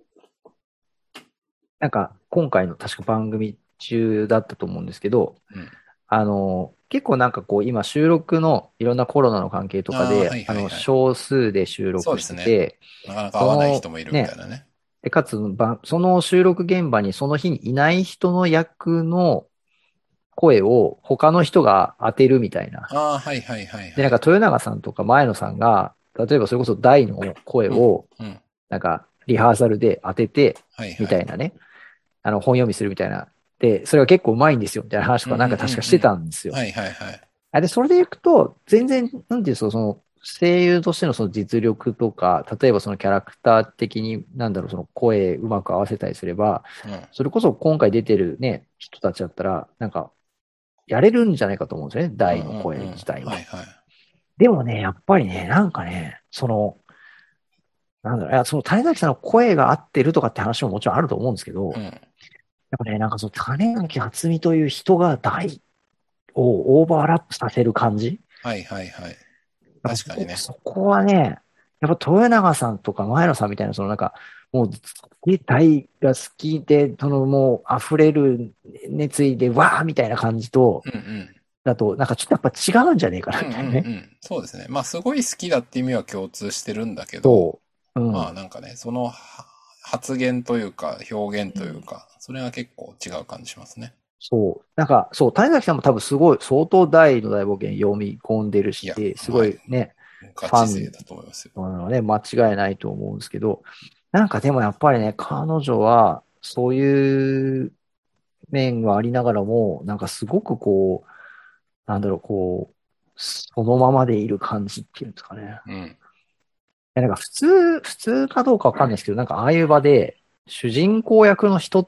なんか、今回の確か番組中だったと思うんですけど、結構なんかこう、今収録のいろんなコロナの関係とかああ、 で、 はいはいはい。 少数で収録しそうですね。 てて、 なかなか会わないその人もいるみたいね、 なね。 で、かつ、その収録現場にその日にいない人の役の声を他の人が当てるみたいな。 ああ、はいはいはいで、なんかはい。 豊永さんとか前野さんが、例えばそれこそ大の声うん、 を、 うん。 なんかリハーサルで当てて、 はいはい。 みたいなね。本読みするみたいな。で、それが結構うまいんですよ、みたいな話とうんうんうんかなんか確かしてうん。 たんですよ。 はいはいはい。 で、それでいくと、全然、なんていうんですか、その、声優としてのその実力とか、例えばそのキャラクター的に、なんだろう、その声うまく合わせたりすれば、 うん。 それこそ今回出てるね、人たちだったら、なんか、やれるんじゃないかと思うんですよね、 うんうん大の声うん。 自体は。 はいはい。 でもね、やっぱりね、なんかね、その、なんだろう、いや、その谷崎さんの声が合ってるとかって話ももちろんあると思うんですけど、 うん。 やっぱね、なんかその種崎敦美という人が大をオーバーラップさせる感じ。 はいはいはい。 やっぱ確かにね。 そこはね、やっぱ豊永さんとか前野さんみたいな、そのなんか、もう、大が好きで、そのもう溢れる熱意で、わーみたいな感じと、 うんうん。 だと、なんかちょっとやっぱ違うんじゃねえかな、 うんうんうみたいなね。 ん。そうですね。まあすごい好きだって意味は共通してるんだけど、 そう。うん。 まあなんかね、その発言というか表現うん。 というか、それが結構違う感じしますね。 そう。なんか、そう、谷崎さんも多分すごい、相当大の大冒険読み込んでるいや、 し、すごはい。 いね、 ガファンチ勢だと思いますよ。 なのね、間違いないと思うんですけど、なんかでもやっぱりね、彼女は、そういう面はありながらも、なんかすごくこう、なんだろう、こう、そのままでいる感じっていうんですかね。 うん。 なんか普通かどうかわかんないですけど、なんかああいう場で、主人公役の人って、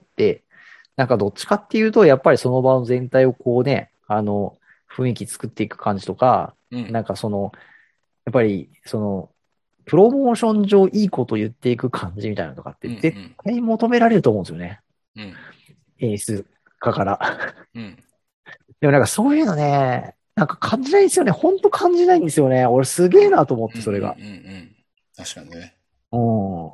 なんかどっちかっていうと、やっぱりその場の全体をこうね、雰囲気作っていく感じとか、 うん。 なんかその、やっぱり、その、プロモーション上いいこと言っていく感じみたいなのとかってうんう絶ん。 対求められると思うんですよね。 うん。 演出家から。 うん。 でもなんかそういうのね、なんか感じないんですよね。ほんと感じないんですよね。俺すげえなと思って、 うんうんうんうそれが。 ん。確かにね。 うん。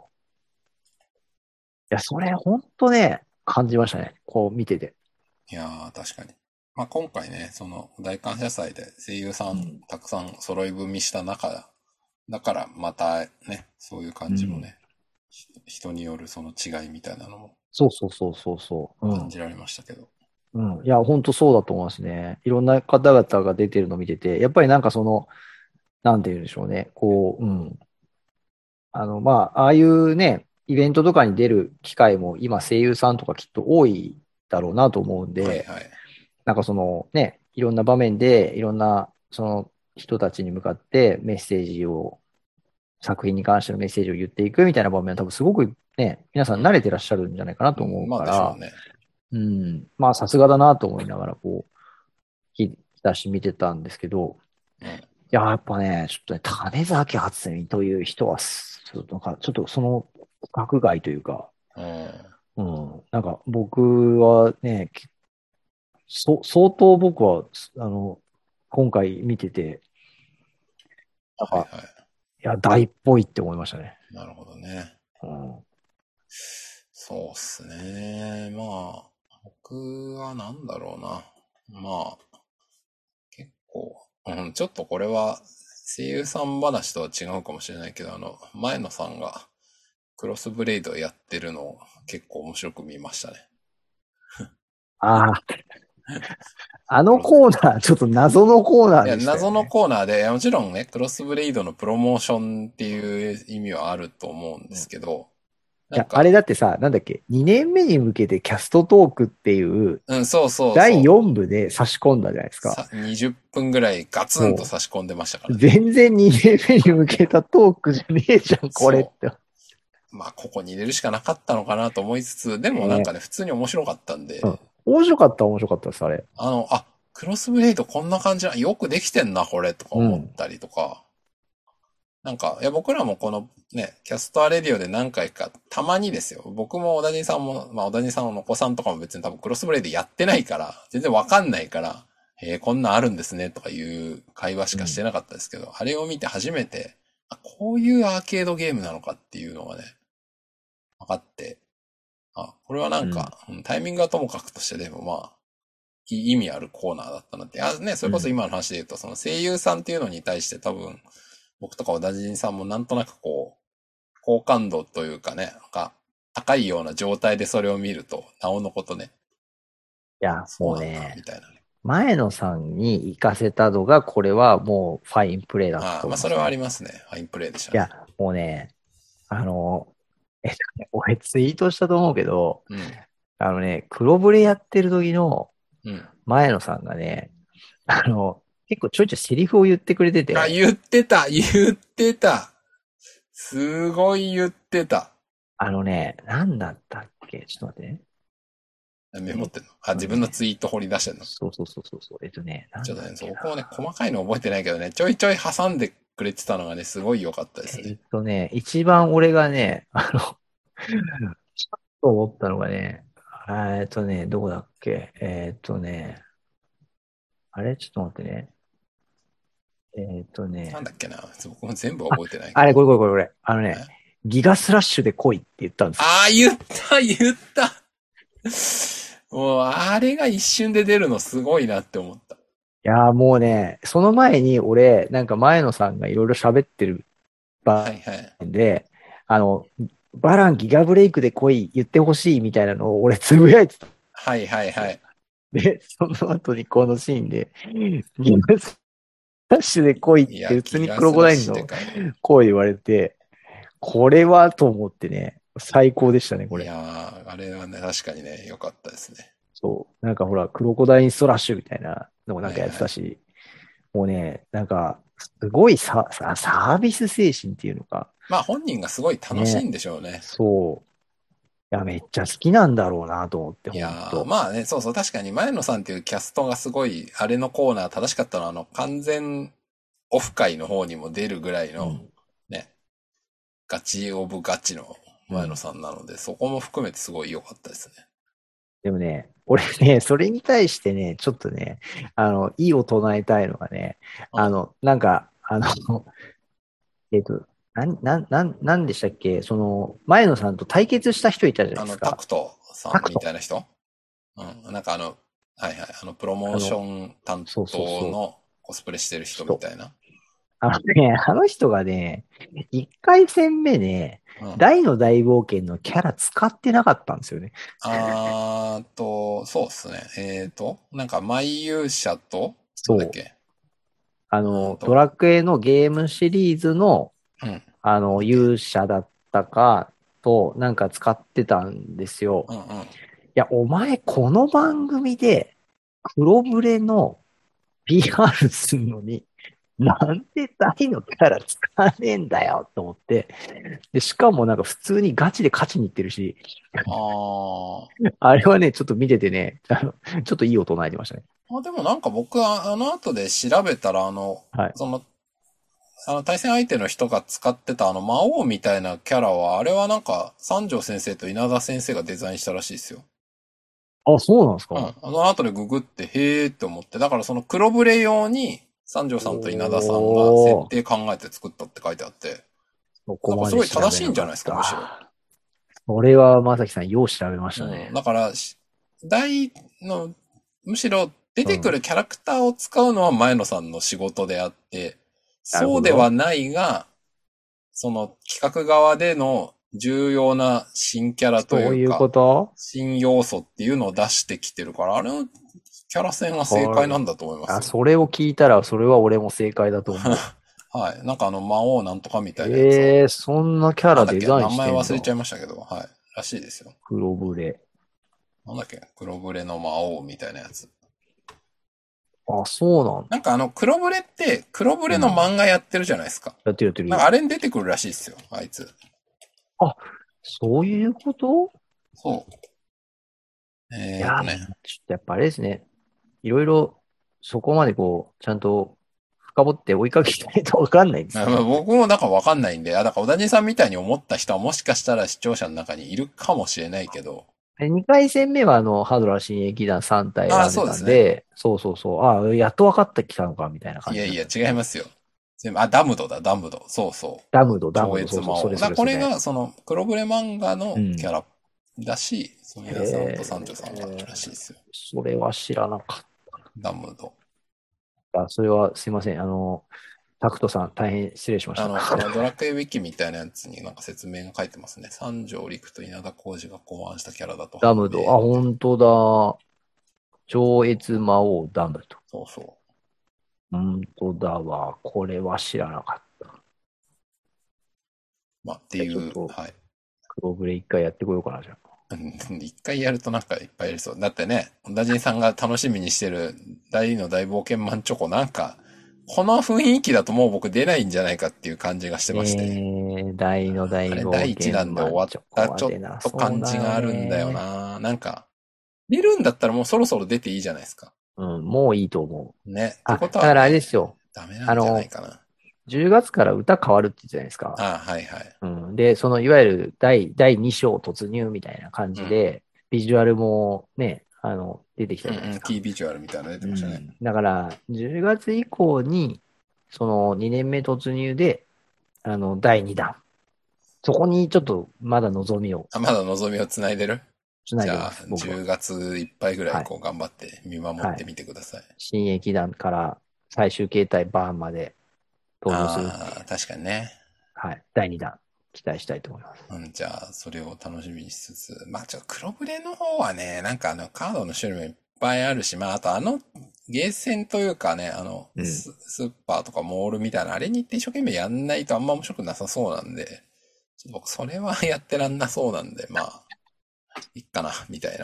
いや、それほんとね、感じましたね。こう見てて。 いやー、確かに。まあ今回ね、その大感謝祭で声優さんうん。 たくさん揃い踏みした中だからまたね、そういううん。 感じもね、人によるその違いみたいなのもそうそうそうそうそう。うん。 感じられましたけど。 うん。いや、ほんとそうだと思いますね。いろんな方々が出てるのを見てて、やっぱりなんかその、なんて言うんでしょうね。こう、うん。まあ、ああいうね、イベントとかに出る機会も今声優さんとかきっと多いだろうなと思うんで、 はいはい。 なんかそのね、いろんな場面でいろんなその人たちに向かってメッセージを、作品に関してのメッセージを言っていくみたいな場面は多分すごくね、皆さん慣れてらっしゃるんじゃないかなと思うん。まあうから、 でしょうね。 うん、まあさすがだなと思いながらこう、聞き出し見てたんですけど、 うん。 いや、やっぱね、ちょっとね、種崎初美という人は、ちょっとなんか、ちょっとその、学外というか、 うん。 うん、なんか僕はね、相当僕は、今回見てて、なんか、 はいはいや、大っぽいって思いましたね。 い。なるほどね。 うん。 そうっすね。まあ、僕はなんだろうな。まあ、結構、うん、ちょっとこれは声優さん話とは違うかもしれないけど、前野さんがクロスブレイドやってるのを結構面白く見ましたね。 ああ、あのクロスコーナー、ちょっと謎のコーナいや、 ーでしたよ謎のね。 コーナーで、いやもちろんね、クロスブレイドのプロモーションっていう意味はあると思うんでうん。いすけど、なんや、あれか、 だってさ、なんだっけ、2年目に向けてキャストトークっていううん、そうそう第そう。 4部で差し込んだじゃないですか。 20分ぐらいガツンとも差し込んでましたかう、 らね。 全然2年目に向けたトークじゃねえじゃん、これっそて。 う。まあ、ここに入れるしかなかったのかなと思いつつ、でもなんね。 かね、普通に面白かったんで、 うん。面白かった、面白かったです、あれ。 クロスブレイドこんな感じな、よくできてんな、これ、とかうん。 思ったりとか、 なんか、いや、僕らもこのね、キャストアレディオで何回か、たまにですよ。僕も小田人さんも、まあ、小田人さんのお子さんとかも別に多分クロスブレイドやってないから、全然わかんないから、こんなんあるんですね、とかいう会話しかしてなかったですけど、あれを見て初めて、こういうアーケードゲームなのかっていうのがね、分かって、これはなんか、タイミングはともかくとしてでもまあ、意味あるコーナーだったなって。ね、それこそ今の話で言うと、その声優さんっていうのに対して多分、僕とか小田人さんもなんとなくこう、好感度というかね、なんか、高いような状態でそれを見ると、なおのことね。 いや、 そうなんだ、みたいなね。 前野さんに行かせたのが、これはもうファインプレーだったと思います、ね。 それはありますね。ファインプレーでしたね。 いや、もうね、俺ツイートしたと思うけど、黒ブレやってる時の前野さんがね、結構ちょいちょいセリフを言ってくれてて。 言ってたすごい言ってた。 なんだったっけちょっと待ってね。 メモってんの自分のツイート掘り出してんのそう。ちょっとね、僕もね、細かいの覚えてないけどね、ちょいちょい挟んでくれてたのがね、すごい良かったですね。 一番俺がね、ちょっと思ったのがね、どこだっけあれちょっと待ってね。 なんだっけな僕も全部覚えてないけど。 あれ、これ。ギガスラッシュで来いって言ったんですよ。 言ったもう、あれが一瞬で出るのすごいなって思った。 いやーもうね、その前に俺、なんか前野さんがいろいろ喋ってる場で、バランギガブレイクで来い言ってほしいみたいなのを俺つぶやいてた。で、その後にこのシーンで、ギガスラッシュで来いって普通にクロコダインの声言われて、これはと思ってね、最高でしたね、これ。 いやー、あれはね、確かにね、良かったですね。 そう。なんかほら、クロコダインストラッシュみたいなのもなんかやってたし、もうね、なんか、すごいサービス精神っていうのか。 まあ本人がすごい楽しいんでしょうね。 そう。いや、めっちゃ好きなんだろうなと思って、 いやまあね、そう、確かに前野さんっていうキャストがすごい、あれのコーナー正しかったのは、完全オフ会の方にも出るぐらいの、ね、ガチオブガチの前野さんなので、そこも含めてすごい良かったですね。 でもね、俺ね、それに対してね、ちょっとね、いいを唱えたいのがね、なんか、なんでしたっけ前野さんと対決した人いたじゃないですか。 タクトさんみたいな人なんかプロモーション担当のコスプレしてる人みたいな。 あの人がね、1回戦目ね、大の大冒険のキャラ使ってなかったんですよね。 そうっすね。なんか、毎勇者と、 そう。だっけドラクエのゲームシリーズの、勇者だったかと、なんか使ってたんですよ。いや、お前、この番組で、黒ブレの PR するのに、なんで大のキャラ使わねえんだよと思って。で、しかもなんか普通にガチで勝ちに行ってるし。あれはね、ちょっと見ててね、ちょっといい音鳴いてましたね。 でもなんか僕は後で調べたら対戦相手の人が使ってた魔王みたいなキャラは、あれはなんか三条先生と稲田先生がデザインしたらしいですよ。 あ、そうなんですか？ 後でググって、へーって思って。だからその黒ブレ用に三条さんと稲田さんが設定考えて作ったって書いてあって。なんかすごい正しいんじゃないですか、むしろ。 それはまさきさんよう調べましたね。 だから、むしろ出てくるキャラクターを使うのは前野さんの仕事であって、そうではないが、その企画側での重要な新キャラというか、 そういうこと新要素っていうのを出してきてるから、あれのキャラ戦は正解なんだと思います。 それを聞いたら、それは俺も正解だと思う。 はい。なんか魔王なんとかみたいなやつ。 そんなキャラデザインしてんの？ 名前忘れちゃいましたけど、はい。らしいですよ。 黒ブレ。 なんだっけ黒ブレの魔王みたいなやつ。 あ、そうなんだ。 なんか黒ブレって、黒ブレの漫画やってるじゃないですか。 やってる。 なんかあれに出てくるらしいですよ、あいつ。 あ、そういうこと？ そう。 ちょっとやっぱあれですね。いろいろ、そこまでちゃんと深深掘って追いかけないとわかんないんですよ、ね。 僕もなんかわかんないんで、だから小谷さんみたいに思った人はもしかしたら視聴者の中にいるかもしれないけど。 2回戦目はハドラー新劇団3体選んでたんで、そうそうそう、やっと分かってきたのか、みたいな感じ。 いやいや、違いますよ。全部、ダムドだ、ダムド。そうそう。 ダムド、 超越魔王。 そうそう、 これが、黒ブレ漫画のキャラだし、皆さんと三条さんがらしいですよ。 それは知らなかった。 ダムド。 それはすいません。タクトさん、大変失礼しました。 ドラクエウィキみたいなやつになんか説明が書いてますね。三条陸と稲田浩二が考案したキャラだと。 ダムド。本当だ。超越魔王ダムド。 そうそう。 本当だわ。これは知らなかった。 まあ、っていう、はい。 黒ブレ一回やってこようかな、じゃあ。 一回やるとなんかいっぱいやりそう。だってね、ダジンさんが楽しみにしてる大の大冒険マンチョコなんか、この雰囲気だともう僕出ないんじゃないかっていう感じがしてまして。 大の大冒険マンチョコ。 第一弾で終わったちょっと感じがあるんだよな。なんか、出るんだったらもうそろそろ出ていいじゃないですか。 もういいと思う。ね。 ってことは、ね、だからあれですよ。 ダメなんじゃないかな。 10月から歌変わるって言ってたじゃないですか。 はいはい。 で、いわゆる第2章突入みたいな感じで、ビジュアルもね、出てきたじゃないですか。 キービジュアルみたいなの出てましたね。 だから、10月以降に、2年目突入で、第2弾。そこにちょっとまだ望みを。 まだ望みをつないでるつないでます。 じゃあ、10月いっぱいぐらい頑張って見守ってみてください。 新劇団から最終形態バーンまで登場するっていう。 確かにね。 はい。第2弾、期待したいと思います。 じゃあ、それを楽しみにしつつ、黒ブレの方はね、なんかカードの種類もいっぱいあるし、あとゲーセンというかね、スーパーとかモールみたいな、あれに行って一生懸命やんないとあんま面白くなさそうなんで、僕それはやってらんなそうなんで、いっかな、みたいな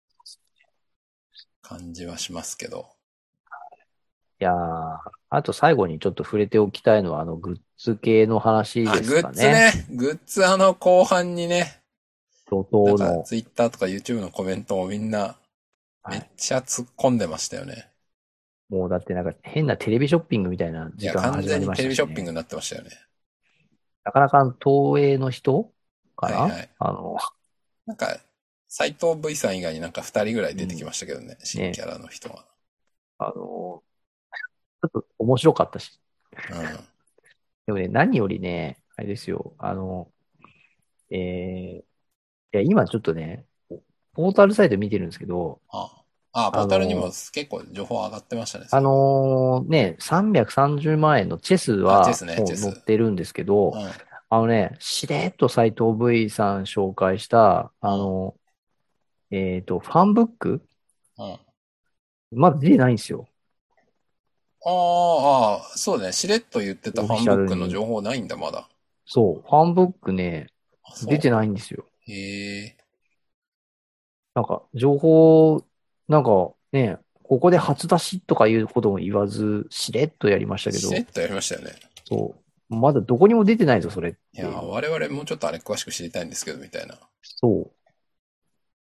感じはしますけど。 いやー、あと最後にちょっと触れておきたいのは、グッズ系の話ですかね。 グッズね。グッズ後半にね。 怒涛の。 ツイッターとか YouTube のコメントをみんな、めっちゃ突っ込んでましたよね。 もうだってなんか変なテレビショッピングみたいな時間が始まりましたね。 完全にテレビショッピングになってましたよね。 なかなか東映の人かな、 なんか、斎藤 V さん以外になんか2人ぐらい出てきましたけどね。新キャラの人は。 ちょっと面白かったし。でもね、何よりね、あれですよ、いや、今ちょっとね、ポータルサイト見てるんですけど、 ポータルにも結構情報上がってましたね。 330万円のチェスはもう載ってるんですけど、しれっと斎藤 V さん紹介した、ファンブック、まだ出てないんですよ。 そうね。しれっと言ってたファンブックの情報ないんだ、まだ。 そう、ファンブックね、出てないんですよ。なんか、情報、なんかね、ここで初出しとかいうことも言わず、しれっとやりましたけど。 しれっとやりましたよね。 そう。まだどこにも出てないぞ、それ。 いや、我々もうちょっとあれ詳しく知りたいんですけど、みたいな。 そう。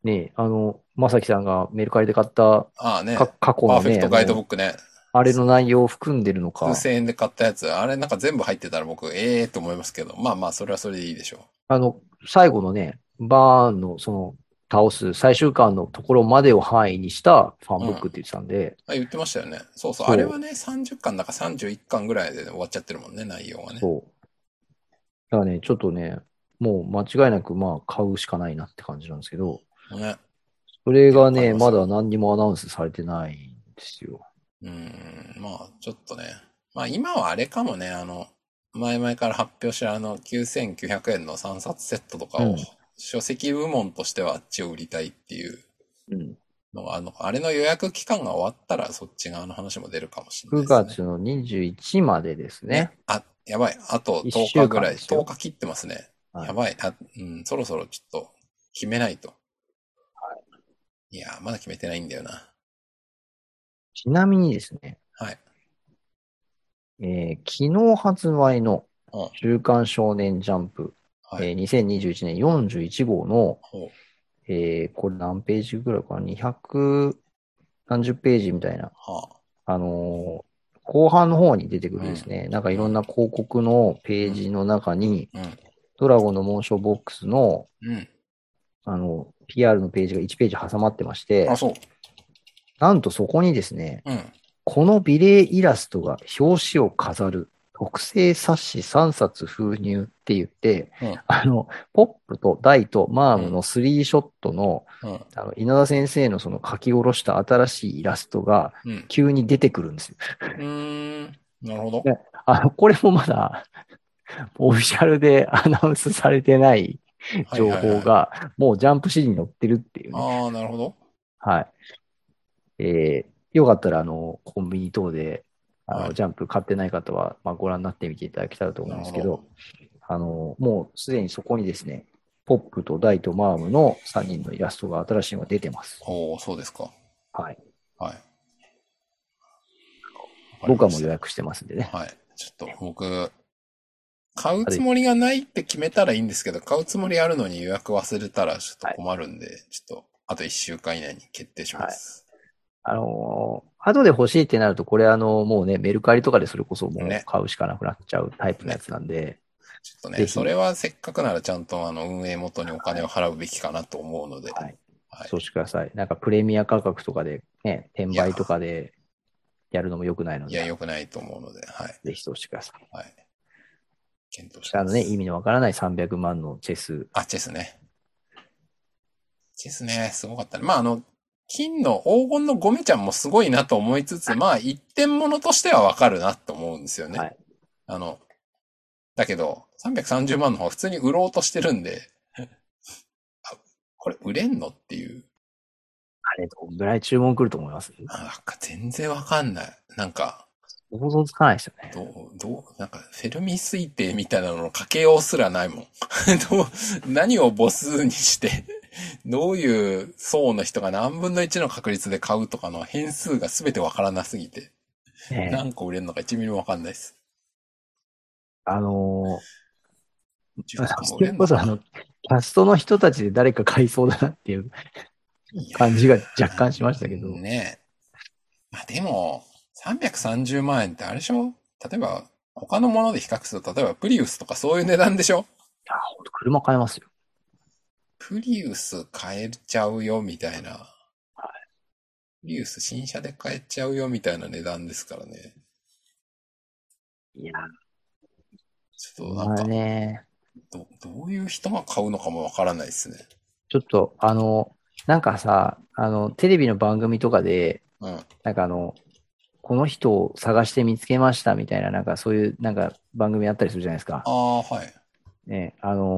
ねまさきさんがメルカリで買った、過去のね、 パーフェクトガイドブックね。 あれの内容を含んでるのか。 数千円で買ったやつ、あれなんか全部入ってたら僕、と思いますけど、それはそれでいいでしょう。最後のね、バーンの倒す最終巻のところまでを範囲にしたファンブックって言ってたんで。 言ってましたよね。そうそう。あれはね、30巻だか31巻ぐらいで終わっちゃってるもんね、内容がね。 そう。だからね、ちょっとね、もう間違いなく買うしかないなって感じなんですけど。 ね。 それがね、まだ何にもアナウンスされてないんですよ。 ちょっとね。今はあれかもね、前々から発表した9900円の3冊セットとかを、書籍部門としてはあっちを売りたいっていうのがあれの予約期間が終わったらそっち側の話も出るかもしれないですね。 9月の21までですね。 やばい。あと10日ぐらい。10日切ってますね。やばい。そろそろちょっと決めないと。いや、まだ決めてないんだよな。 ちなみにですね。昨日発売の週刊少年ジャンプ、2021年41号の、これ何ページぐらいかな ?200 何十ページみたいな。こ後半の方に出てくるですね、なんかいろんな広告のページの中に、ドラゴンのモーションボックスの、PR のページが1ページ挟まってまして、なんとそこにですね、この美麗イラストが表紙を飾る特製冊子3冊封入って言って、ポップとダイとマームの3ショットの、稲田先生のその書き下ろした新しいイラストが急に出てくるんですよ。 なるほど。 これもまだオフィシャルでアナウンスされてない情報がもうジャンプ誌に載ってるっていうね。 なるほど。 はい。よかったらコンビニ等でジャンプ買ってない方は、ご覧になってみていただけたらと思うんですけど、もうすでにそこにですね、ポップとダイとマームの3人のイラストが新しいのが出てます。 そうですか。 はい。 はい。 僕はもう予約してますんでね。 はい。ちょっと僕、買うつもりがないって決めたらいいんですけど、買うつもりあるのに予約忘れたらちょっと困るんで、ちょっと、あと1週間以内に決定します。 後で欲しいってなると、これもうね、メルカリとかでそれこそもう買うしかなくなっちゃうタイプのやつなんで。 ちょっとね、それはせっかくならちゃんと運営元にお金を払うべきかなと思うので。はい。 そうしてください。なんかプレミア価格とかでね、転売とかでやるのも良くないので。 いや、良くないと思うので、はい。 ぜひそうしてください。 はい。検討します。 意味のわからない300万のチェス。 チェスね。チェスね、すごかったね。金の黄金のゴメちゃんもすごいなと思いつつ、一点物としてはわかるなと思うんですよね。はい。だけど、330万の方は普通に売ろうとしてるんで、これ売れんのっていう。 あれ、どんぐらい注文来ると思います？ 全然わかんない。なんか、 想像つかないですよね。 なんか、フェルミ推定みたいなののかけようすらないもん。何を母数にしてどういう層の人が何分の1の確率で買うとかの変数が全てわからなすぎて、何個売れるのか1ミリもわかんないです。 それこそキャストの人たちで誰か買いそうだなっていう感じが若干しましたけど。 ねえ。でも、330万円ってあれでしょ？例えば、他のもので比較すると、例えばプリウスとかそういう値段でしょ？ いや、ほんと車買えますよ。 プリウス買えちゃうよ、みたいな。はい。プリウス新車で買えちゃうよ、みたいな値段ですからね。 いや。 ちょっとなんか、どういう人が買うのかもわからないですね。 ちょっと、なんかさ、テレビの番組とかで、なんかこの人を探して見つけましたみたいな、なんかそういうなんか番組あったりするじゃないですか。 はい。 ね、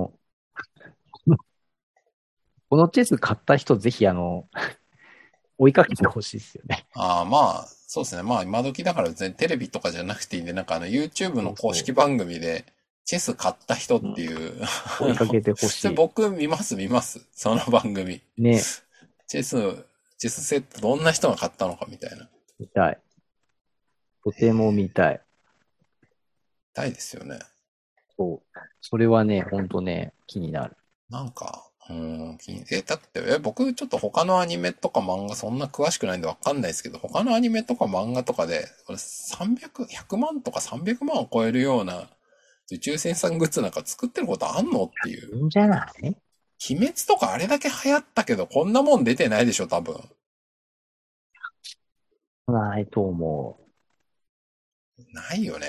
このチェス買った人、ぜひ追いかけてほしいですよね。 そうですね。今時だから別にテレビとかじゃなくていいんで、なんかYouTube の公式番組で、チェス買った人っていう、 追いかけてほしい。 僕見ます。その番組。 ね。 チェスセットどんな人が買ったのかみたいな。 見たい。とても見たい。 見たいですよね。 そう。それはね、ほんとね、気になる。 なんか、だって、僕ちょっと他のアニメとか漫画そんな詳しくないんでわかんないですけど、他のアニメとか漫画とかで、これ100万とか300万を超えるような宇宙船さんグッズなんか作ってることあんのっていう。 いいんじゃない？ 鬼滅とかあれだけ流行ったけど、こんなもん出てないでしょ、多分。 ないと思う。ないよね。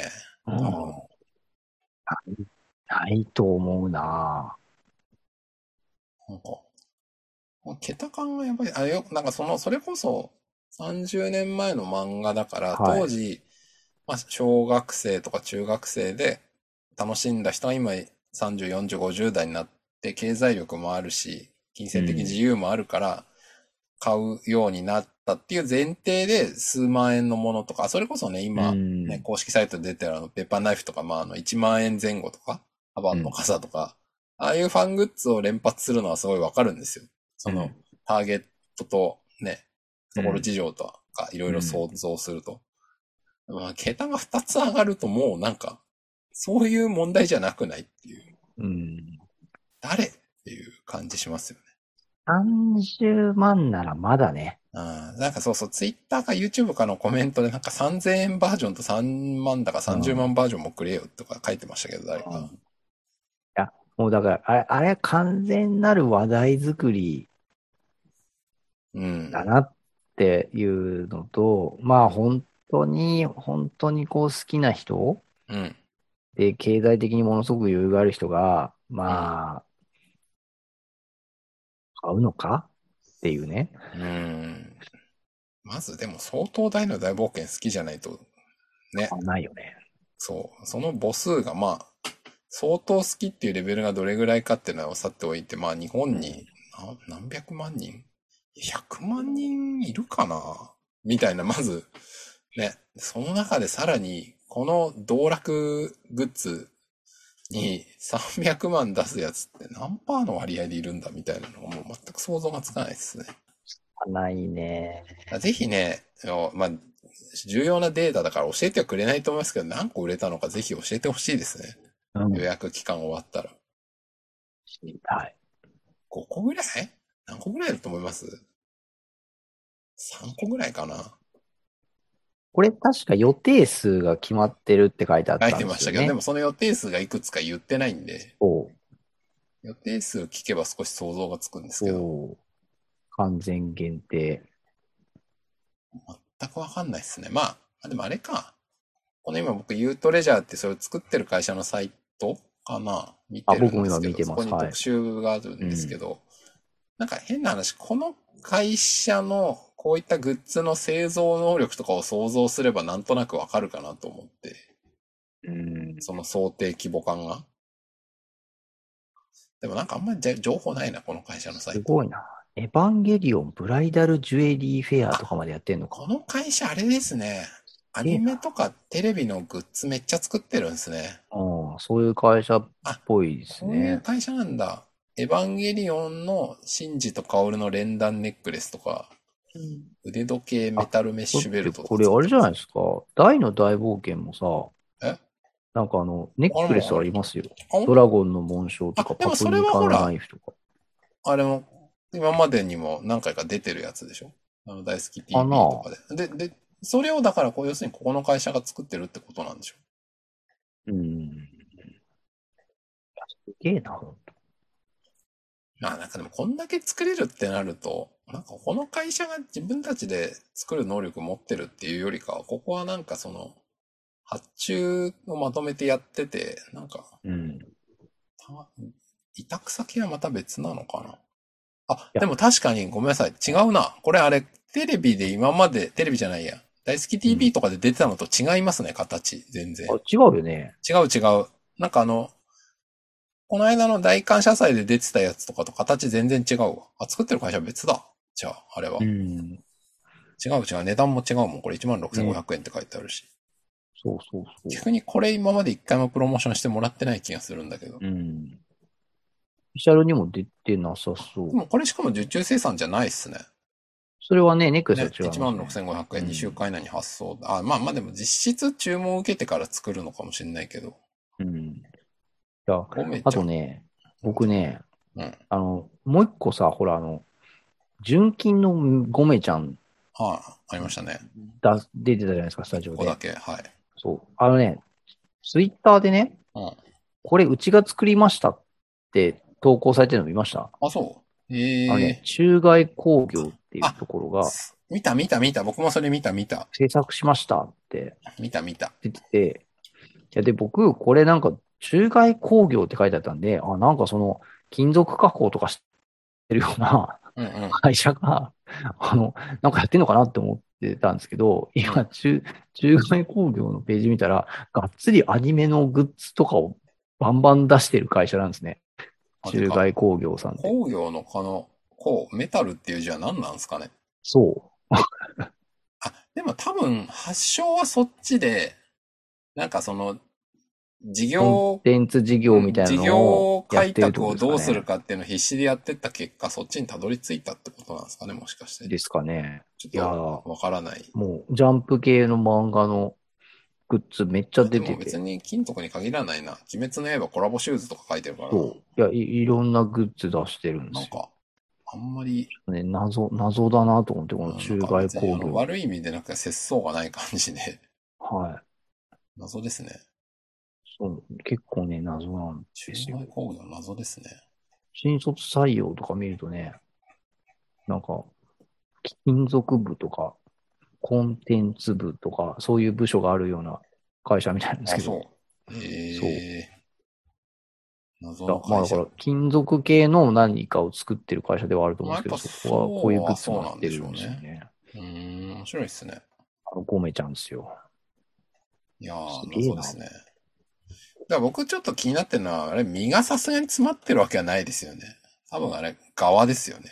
ないと思うななんか、桁感がやばい。なんかそれこそ30年前の漫画だから、当時、小学生とか中学生で楽しんだ人が今30、40、50代になって経済力もあるし、金銭的自由もあるから、買うようになったっていう前提で数万円のものとか、それこそね、今、ね、公式サイトで出てるペーパーナイフとか、1万円前後とか、カバンの傘とか、ああいうファングッズを連発するのはすごいわかるんですよ。その、ターゲットとね、ところ事情とか、いろいろ想像すると。桁が2つ上がるともうなんか、そういう問題じゃなくないっていう。誰っていう感じしますよね。 30万ならまだね。 なんかそうそう、ツイッターか YouTube かのコメントでなんか3000円バージョンと3万だか30万バージョンもくれよとか書いてましたけど、誰か。いや、もうだから、あれ完全なる話題作りだなっていうのと、まあ本当にこう好きな人で、経済的にものすごく余裕がある人が、まあ、買うのかっていうね。 まずでも相当大の大冒険好きじゃないと、ね。 ないよね。 そう。その母数がまあ、相当好きっていうレベルがどれぐらいかっていうのはさておいて、まあ日本に何百万人 ?100 万人いるかなみたいな、まず、ね。その中でさらに、この道楽グッズに300万出すやつって何パーの割合でいるんだみたいなのがもう全く想像がつかないですね。 ないね。 ぜひね、まあ、重要なデータだから教えてはくれないと思いますけど、何個売れたのかぜひ教えてほしいですね。予約期間終わったら。 知りたい。 5個ぐらい何個ぐらいだと思います？ 3 個ぐらいかな。 これ確か予定数が決まってるって書いてあったんですよね。 書いてましたけど、でもその予定数がいくつか言ってないんで、予定数聞けば少し想像がつくんですけど。 完全限定。 全くわかんないですね。まあ、でもあれか。この今僕ユートレジャーってそれを作ってる会社のサイトかな見てるんですけど、 僕も今見てます。 そこに特集があるんですけど、なんか変な話、この会社のこういったグッズの製造能力とかを想像すればなんとなくわかるかなと思って。その想定規模感が。でもなんかあんまり情報ないな、この会社のサイト。 すごいな。エヴァンゲリオンブライダルジュエリーフェアとかまでやってんのか。 この会社あれですね。アニメとかテレビのグッズめっちゃ作ってるんですね。 そういう会社っぽいですね。 そういう会社なんだ。エヴァンゲリオンのシンジとカオルの連弾ネックレスとか、腕時計メタルメッシュベルトとか。 これあれじゃないですか。大の大冒険もさ、なんかネックレスありますよ。ドラゴンの紋章とか、パプニカのナイフとか。 あれも、今までにも何回か出てるやつでしょ？大好き TV とかで。で、それをだから要するにここの会社が作ってるってことなんでしょ？ すげえな、ほんと。 なんかでもこんだけ作れるってなると、なんかこの会社が自分たちで作る能力持ってるっていうよりかは、ここはなんかその、発注をまとめてやってて、なんか、委託先はまた別なのかな。でも確かにごめんなさい。違うな。これあれ、テレビで今まで、テレビじゃないや。大好き TV とかで出てたのと違いますね、形。全然。 違うよね。 違う。なんかこの間の大感謝祭で出てたやつとかと形全然違うわ。作ってる会社は別だ。じゃあ、あれは。違う。値段も違うもん。これ16,500円って書いてあるし。 そう。 逆にこれ今まで一回もプロモーションしてもらってない気がするんだけど。 オフィシャルにも出てなさそう。 でもこれしかも受注生産じゃないっすね。 それはね、ネックレスは違う、 ね。16,500円2週間以内に発送。まあでも実質注文を受けてから作るのかもしれないけど。 あとね、僕ね、もう一個さ、ほら純金のゴメちゃん。 ありましたね。 出てたじゃないですか、スタジオで。 ここだけ、はい。 そう。ツイッターでね、これうちが作りましたって投稿されてるの見ました？ そう。 中外工業っていうところが。 見た。僕もそれ見た。 制作しましたって。 見た。 出てて。で、僕、これなんか、中外工業って書いてあったんで、なんかその、金属加工とかしてるような会社が、なんかやってんのかなって思ってたんですけど、今、中外工業のページ見たら、がっつりアニメのグッズとかをバンバン出してる会社なんですね。中外工業さんって。 工業のメタルっていう字は何なんですかね？ そう。 でも多分、発祥はそっちで、なんかその、 コンテンツ事業みたいなのをやってるってことですかね。 事業開拓をどうするかっていうのを必死でやってった結果、そっちにたどり着いたってことなんですかね、もしかして。 ですかね。 ちょっと、わからない。 もう、ジャンプ系の漫画のグッズめっちゃ出てて。 でも別に金属に限らないな。鬼滅の刃コラボシューズとか書いてるから。 そう。いろんなグッズ出してるんですよ。 なんか、 あんまり。 ね、謎だなと思って、この中外工業。 悪い意味でなんか節操がない感じで。 はい。 謎ですね。 そう、結構ね、謎なんですよ。 中外工業謎ですね。 新卒採用とか見るとね、なんか、金属部とか、コンテンツ部とか、そういう部署があるような会社みたいなんですけど。 そう。 そう。 謎の会社。 だから、金属系の何かを作ってる会社ではあると思うんですけど、 やっぱそこはこういうグッズそうなんでもやってるしょうね。 んですよね。 面白いですね。 ゴメちゃんですよ。 いやー、 すげえな。 謎ですね。だから僕ちょっと気になってるのは、あれ、身がさすがに詰まってるわけはないですよね。多分あれ、側ですよね。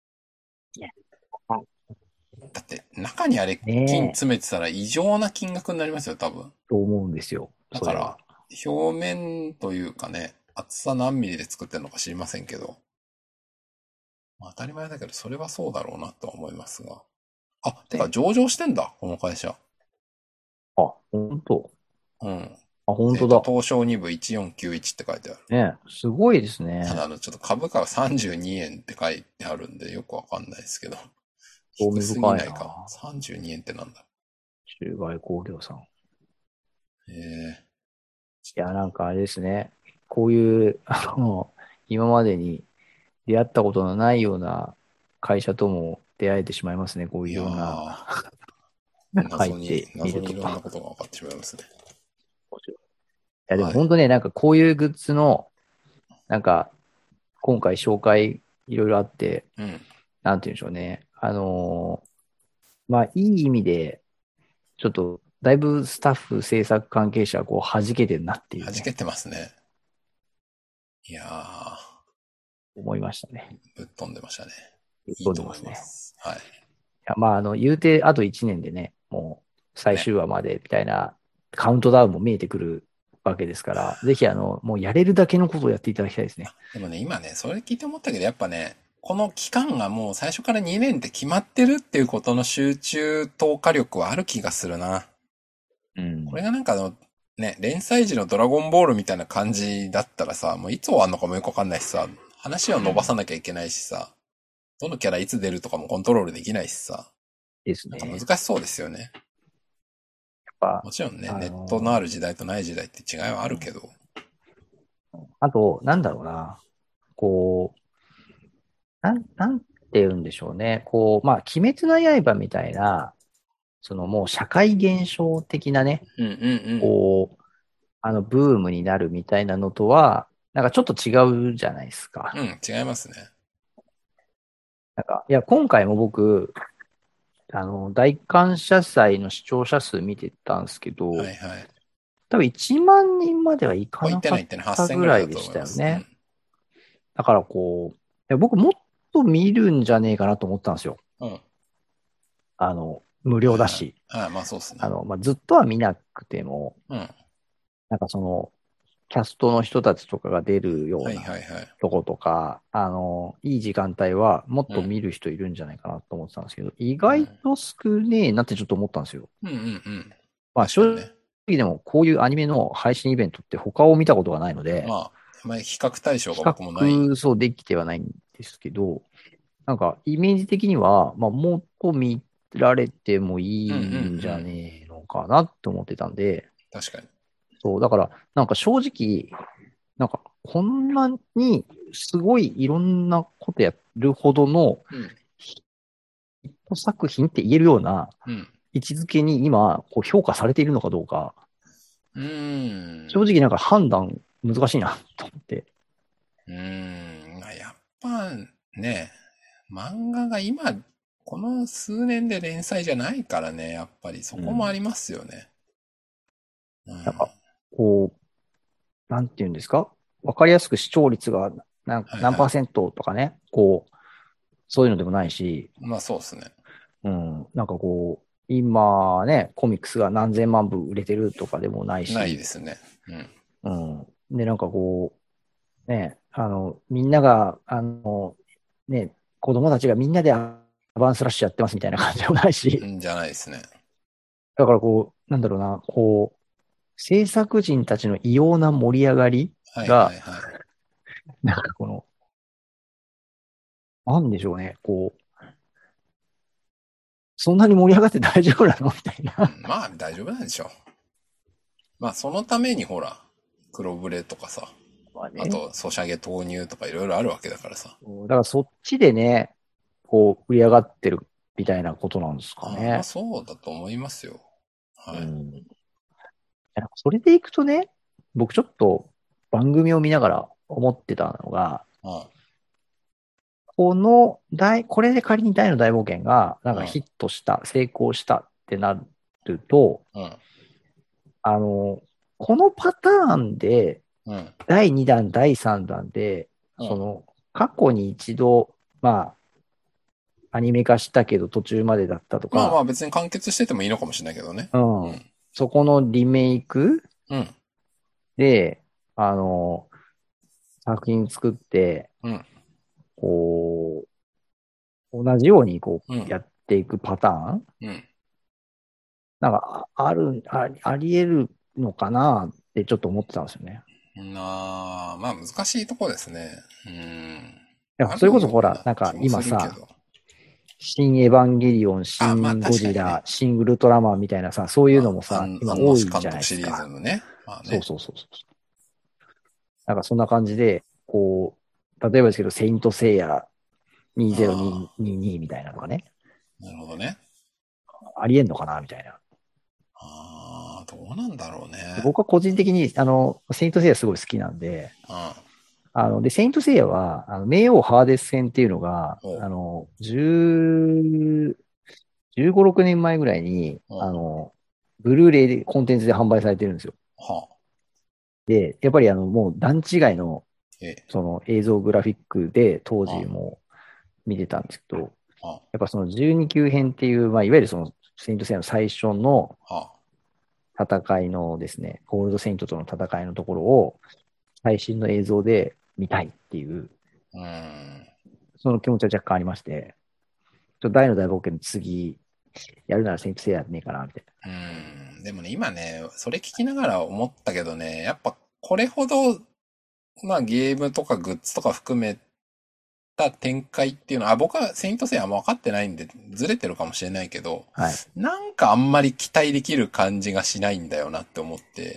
だって、中にあれ、金ねえ、 詰めてたら異常な金額になりますよ、多分。 と思うんですよ。 だから、 それは。 表面というかね、厚さ何ミリで作ってるのか知りませんけど、まあ、当たり前だけど、それはそうだろうなとは思いますが。あ、てか上場してんだ、この会社。 あ、本当。 うん。 あ、本当だ。 東証2部1491って書いてある。 ねえ、すごいですね。 ただちょっと株価が32円って書いてあるんで、よくわかんないですけど。 興低すぎ味深いな。 ないか。32円ってなんだ。 中外工業さん。 えいや、なんかあれですね。こういう、今までに出会ったことのないような会社とも出会えてしまいますね。こういういやいろんなー、 入ってみると。 謎にいろんなことが分かってしまいますね。 いや、でもはい。 本当ね、なんかこういうグッズの、なんか今回紹介いろいろあって、 うん。 なんて言うんでしょうね。まあいい意味で、ちょっとだいぶスタッフ制作関係者こう弾けてるなっていうね、 弾けてますね。いやー、 思いましたね。 ぶっ飛んでましたね。いいと思い飛んでますね。 ます。はい。 や、まあ、言うて、あと1年でね、もう最ね。 終話までみたいなカウントダウンも見えてくるわけですから、ぜひ、もうやれるだけのことをやっていただきたいですね。 でもね、今ね、それ聞いて思ったけど、やっぱね、この期間がもう最初から2年って決まってるっていうことの集中投下力はある気がするな。 うん。 これがなんかね、連載時のドラゴンボールみたいな感じだったらさ、もういつ終わんのかもよくわかんないしさ、話を伸ばさなきゃいけないしさ、どのキャラいつ出るとかもコントロールできないしさ、なんか難ですね。 しそうですよね。 やっぱ、 もちろんね、 あネットのあのる時代とない時代って違いはあるけど。 あと、なんだろうな、こう、なんて言うんでしょうね。こう、まあ、鬼滅の刃みたいな、そのもう社会現象的なね、 うんうんこう、ブームになるみたいなのとは、なんかちょっと違うじゃないですか。 うん。うん、違いますね。 なんか、いや、今回も僕、大感謝祭の視聴者数見てたんですけど、 はいはい。 多分1万人まではいかなかっ行ってない。 た 8000ぐらいだぐらいでしと思います。うたよね。 ん。 だからこう、いや僕もっと見るんじゃねえかなと思ったんですよ。 うん。 無料だし。 はいはい。まあそうっすね。 まあ、ずっとは見なくても、 うん。はなんかその、キャストの人たちとかが出るよういなはいはい。 とことか、いい時間帯はもっうん。 と見る人いるんじゃないかなと思ってたんですけど、意うん。 外と少ねえなってちょっと思ったんですよ。 うんうんうん。 まあ正確かにね。 直でもこういうアニメの配信イベントって他を見たことがないので、 まあ、比較対象比が僕もない。 そうできてはないんですけど、なんかイメージ的には、まあもっと見られてもうんうんういいんじゃん。 ねえのかなって思ってたんで、 確かに。 そう、だからなんか正直、なんかこんなにすごいいろんなことやるほどのうん。 ヒット作品って言えるようなうん。 位置づけに今こう評価されているのかどうか、 うーん。 正直なんか判断難しいなと思って。 やっぱね、漫画が今、この数年で連載じゃないからね、やっぱりそうん。 こもありますよね。うん。 なんか、こう、なんていうんですか、わかりやすく視聴率が何パーはいはい。 セントとかね、こう、そういうのでもないし、 まあそうですね。 うん、なんかこう、今ね、コミックスが何千万部売れてるとかでもないないでし、 すね。うん。 うん。で、なんかこう、ね、みんなが、ね、子供たちがみんなでアバンスラッシュやってますみたいな感じでもないし、 じゃないですね。 だからこう、なんだろうな、こう、制作人たちの異様な盛り上がりはいはが、 いはい。 なんかこの、 なんでしょうね、そんなに盛り上がって大丈夫なのみたいな。 まあ大丈夫なんでしょう。まあそのためにほら、黒ブレとかさ、 まあね、 あとソシャゲ投入とかいろいろあるわけだからさ。 だからそっちでね、売り上がってるみたいなことなんですかまあね。 そうだと思いますよ。はい。 うん。それでいくとね、僕ちょっと番組を見ながら思ってたのが、これで仮に大の大冒険が、なんかヒットした、成功したってなると、あの、このパターンで、第2弾、第3弾で、過去に一度、まあ、アニメ化したけど途中までだったとか、 まあまあ別に完結しててもいいのかもしれないけどね。 そこのリメイクで、作品作って、同じようにやっていくパターン、なんか、あり得るのかなってちょっと思ってたんですよね。 まあ難しいとこですね。 それこそほら、なんか今さ、新エヴァンゲリオン、新ゴジラ、新ウルトラマンみたいなさ、そういうのもさ、今多いじゃないですか。 シリーズのね。 そうそうそうそう。なんかそんな感じで、例えばですけど、セイントセイヤ2022みたいなのがね。 なるほどね。 ありえんのかなみたいな。 どうなんだろうね。 僕は個人的に、セイントセイヤすごい好きなんで、で、セイントセイヤは、冥王ハーデス戦っていうのが、15、6年前ぐらいに、ブルーレイでコンテンツで販売されてるんですよ。で、やっぱりもう段違いの、その映像グラフィックで当時も見てたんですけど、やっぱその12級編っていう、まあ、いわゆるその、セイントセイヤの最初の戦いのですね、ゴールドセイントとの戦いのところを、最新の映像で見たいっていう、その気持ちは若干ありまして、大の大冒険の次、やるならセイントセイヤやねえかな、みたいな。でもね、今ね、それ聞きながら思ったけどね、やっぱこれほど、まあゲームとかグッズとか含めた展開っていうのは、僕はセイントセイヤあんま分かってないんで、ずれてるかもしれないけど、なんかあんまり期待できる感じがしないんだよなって思って、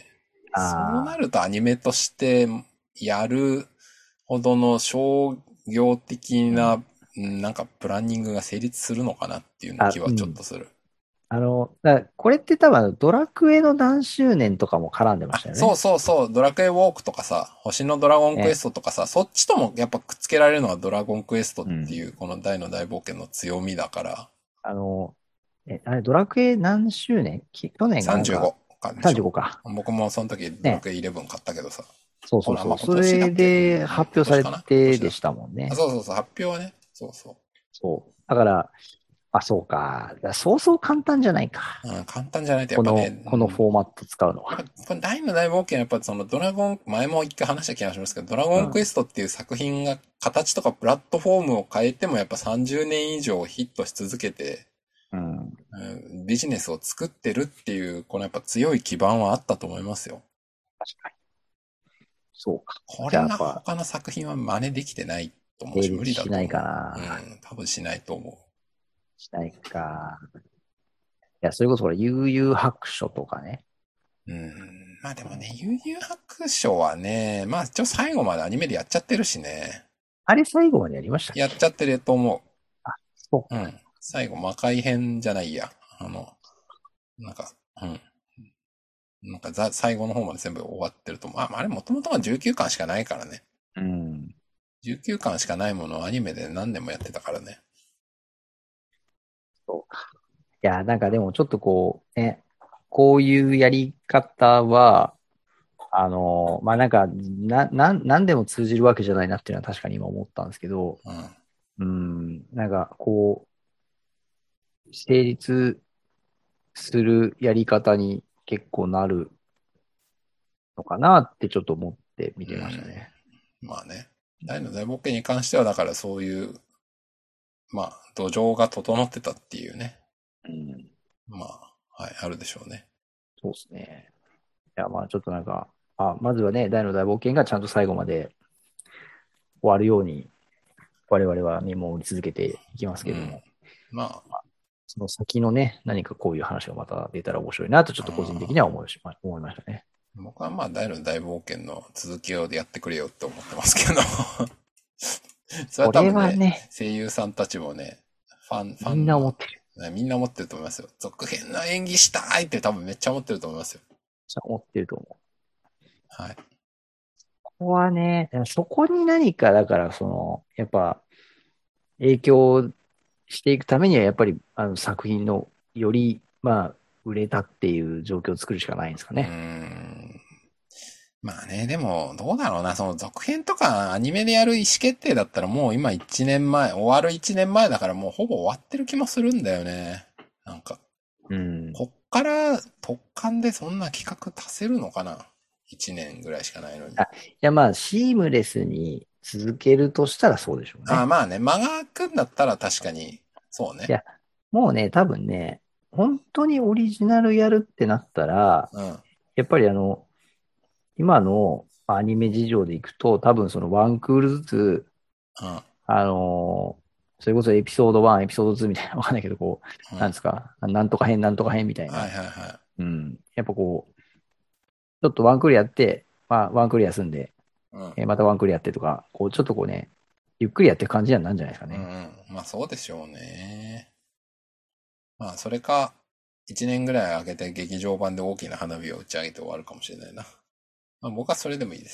そうなるとアニメとしてやるほどの商業的な、なんかプランニングが成立するのかなっていう気はちょっとする。 これって多分ドラクエの何周年とかも絡んでましたよね。 そうそうそう、ドラクエウォークとかさ、星のドラゴンクエストとかさ、そっちともやっぱくっつけられるのはドラゴンクエストっていう、この大の大冒険の強みだから。 あれ、ドラクエ何周年去年がなんか35か。 僕もその時ドラクエ11買ったけどさ。 そうそうそう。それで発表されてでしたもんね。 そうそうそう、発表はね。そうそう。 そう。だから、そうか。そうそう簡単じゃないか。 簡単じゃないとやっぱね。 このフォーマット使うのは。 大の大冒険はやっぱそのドラゴン、前も一回話した気がしますけど、ドラゴンクエストっていう作品が形とかプラットフォームを変えてもやっぱ30年以上ヒットし続けて、ビジネスを作ってるっていう、このやっぱ強い基盤はあったと思いますよ。 確かに。そうか。 これが他の作品は真似できてないと思うし、無理だと思う。 しないかな。 多分しないと思う。 しないか。いや、それこそ悠々白書とかね。 まあでもね、悠々白書はね、まあ最後までアニメでやっちゃってるしね。 あれ最後までやりましたっけ？ やっちゃってると思う。 そう。 最後魔界編じゃないや。なんか最後の方まで全部終わってると思う。あれもともとは19巻しかないからね。19巻しかないものをアニメで何年もやってたからね。 そうか。いや、なんかでもちょっとこういうやり方は、まあ、なんか、なんでも通じるわけじゃないなっていうのは確かに今思ったんですけど、なんか成立するやり方に結構なるのかなってちょっと思って見てましたね。 まあね。大の大冒険に関してはだからそういう、まあ、土壌が整ってたっていうね。まあ、はい、あるでしょうね。 そうですね。いや、まあちょっとなんか、まずはね、大の大冒険がちゃんと最後まで終わるように我々は見守り続けていきますけども。 まあ、 その先のね、何かこういう話がまた出たら面白いなと、ちょっと個人的には思いましたね。 僕はまあ、大の大冒険の続きをやってくれよって思ってますけど。それは多分ね、声優さんたちもね、ファンみんな思ってる。みんな思ってると思いますよ。続編の演技したいって多分めっちゃ思ってると思いますよ。めっちゃ思ってると思う。 はい。 ここはね、そこに何か、だからやっぱ、影響していくためには、やっぱり、作品のより、まあ、売れたっていう状況を作るしかないんですかね。 まあね、でも、どうだろうな、その続編とかアニメでやる意思決定だったらもう今1年前、終わる1年前だからもうほぼ終わってる気もするんだよね。なんか。こっから特感でそんな企画足せるのかな ?1 年ぐらいしかないのに。いやまあ、シームレスに続けるとしたらそうでしょうね。 まあね、間が空くんだったら確かに、そうね。 いや、もうね、多分ね、本当にオリジナルやるってなったら、やっぱり今のアニメ事情でいくと、多分そのワンクールずつ、それこそエピソード1、エピソード2みたいなわかんないけど、こう、なんですか、なんとか編、なんとか編みたいな。やっぱこう、ちょっとワンクールやって、まあ、ワンクール休んで、またワンクールやってとか、こう、ちょっとこうね、ゆっくりやってる感じにはなるんじゃないですかね。 まあそうでしょうね。まあそれか、1年ぐらい空けて劇場版で大きな花火を打ち上げて終わるかもしれないな。まあ僕はそれでもいいです。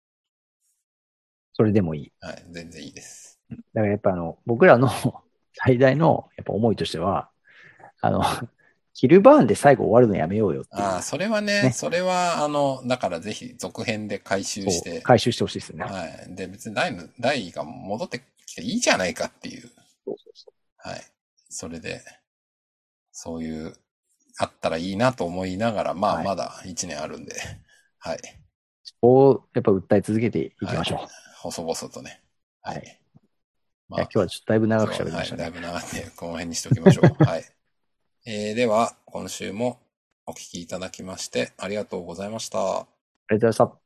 それでもいい。 はい、全然いいです。 だからやっぱ僕らの最大のやっぱ思いとしては、キルバーンで最後終わるのやめようよっていう。 それはね、それは、だからぜひ続編で回収して。 回収してほしいですよね。 はい。で、別に第が戻ってきていいじゃないかっていう。はい。それで、そういう、あったらいいなと思いながら、まあ、まだ1年あるんで、はい。 そこをやっぱ訴え続けていきましょう。はい、 細々とね。はい。 まあ、今日はちょっとだいぶ長く喋りましたね。 はい、だいぶ長くて、この辺にしておきましょう。はい。では、今週もお聞きいただきましてありがとうございました。 ありがとうございました。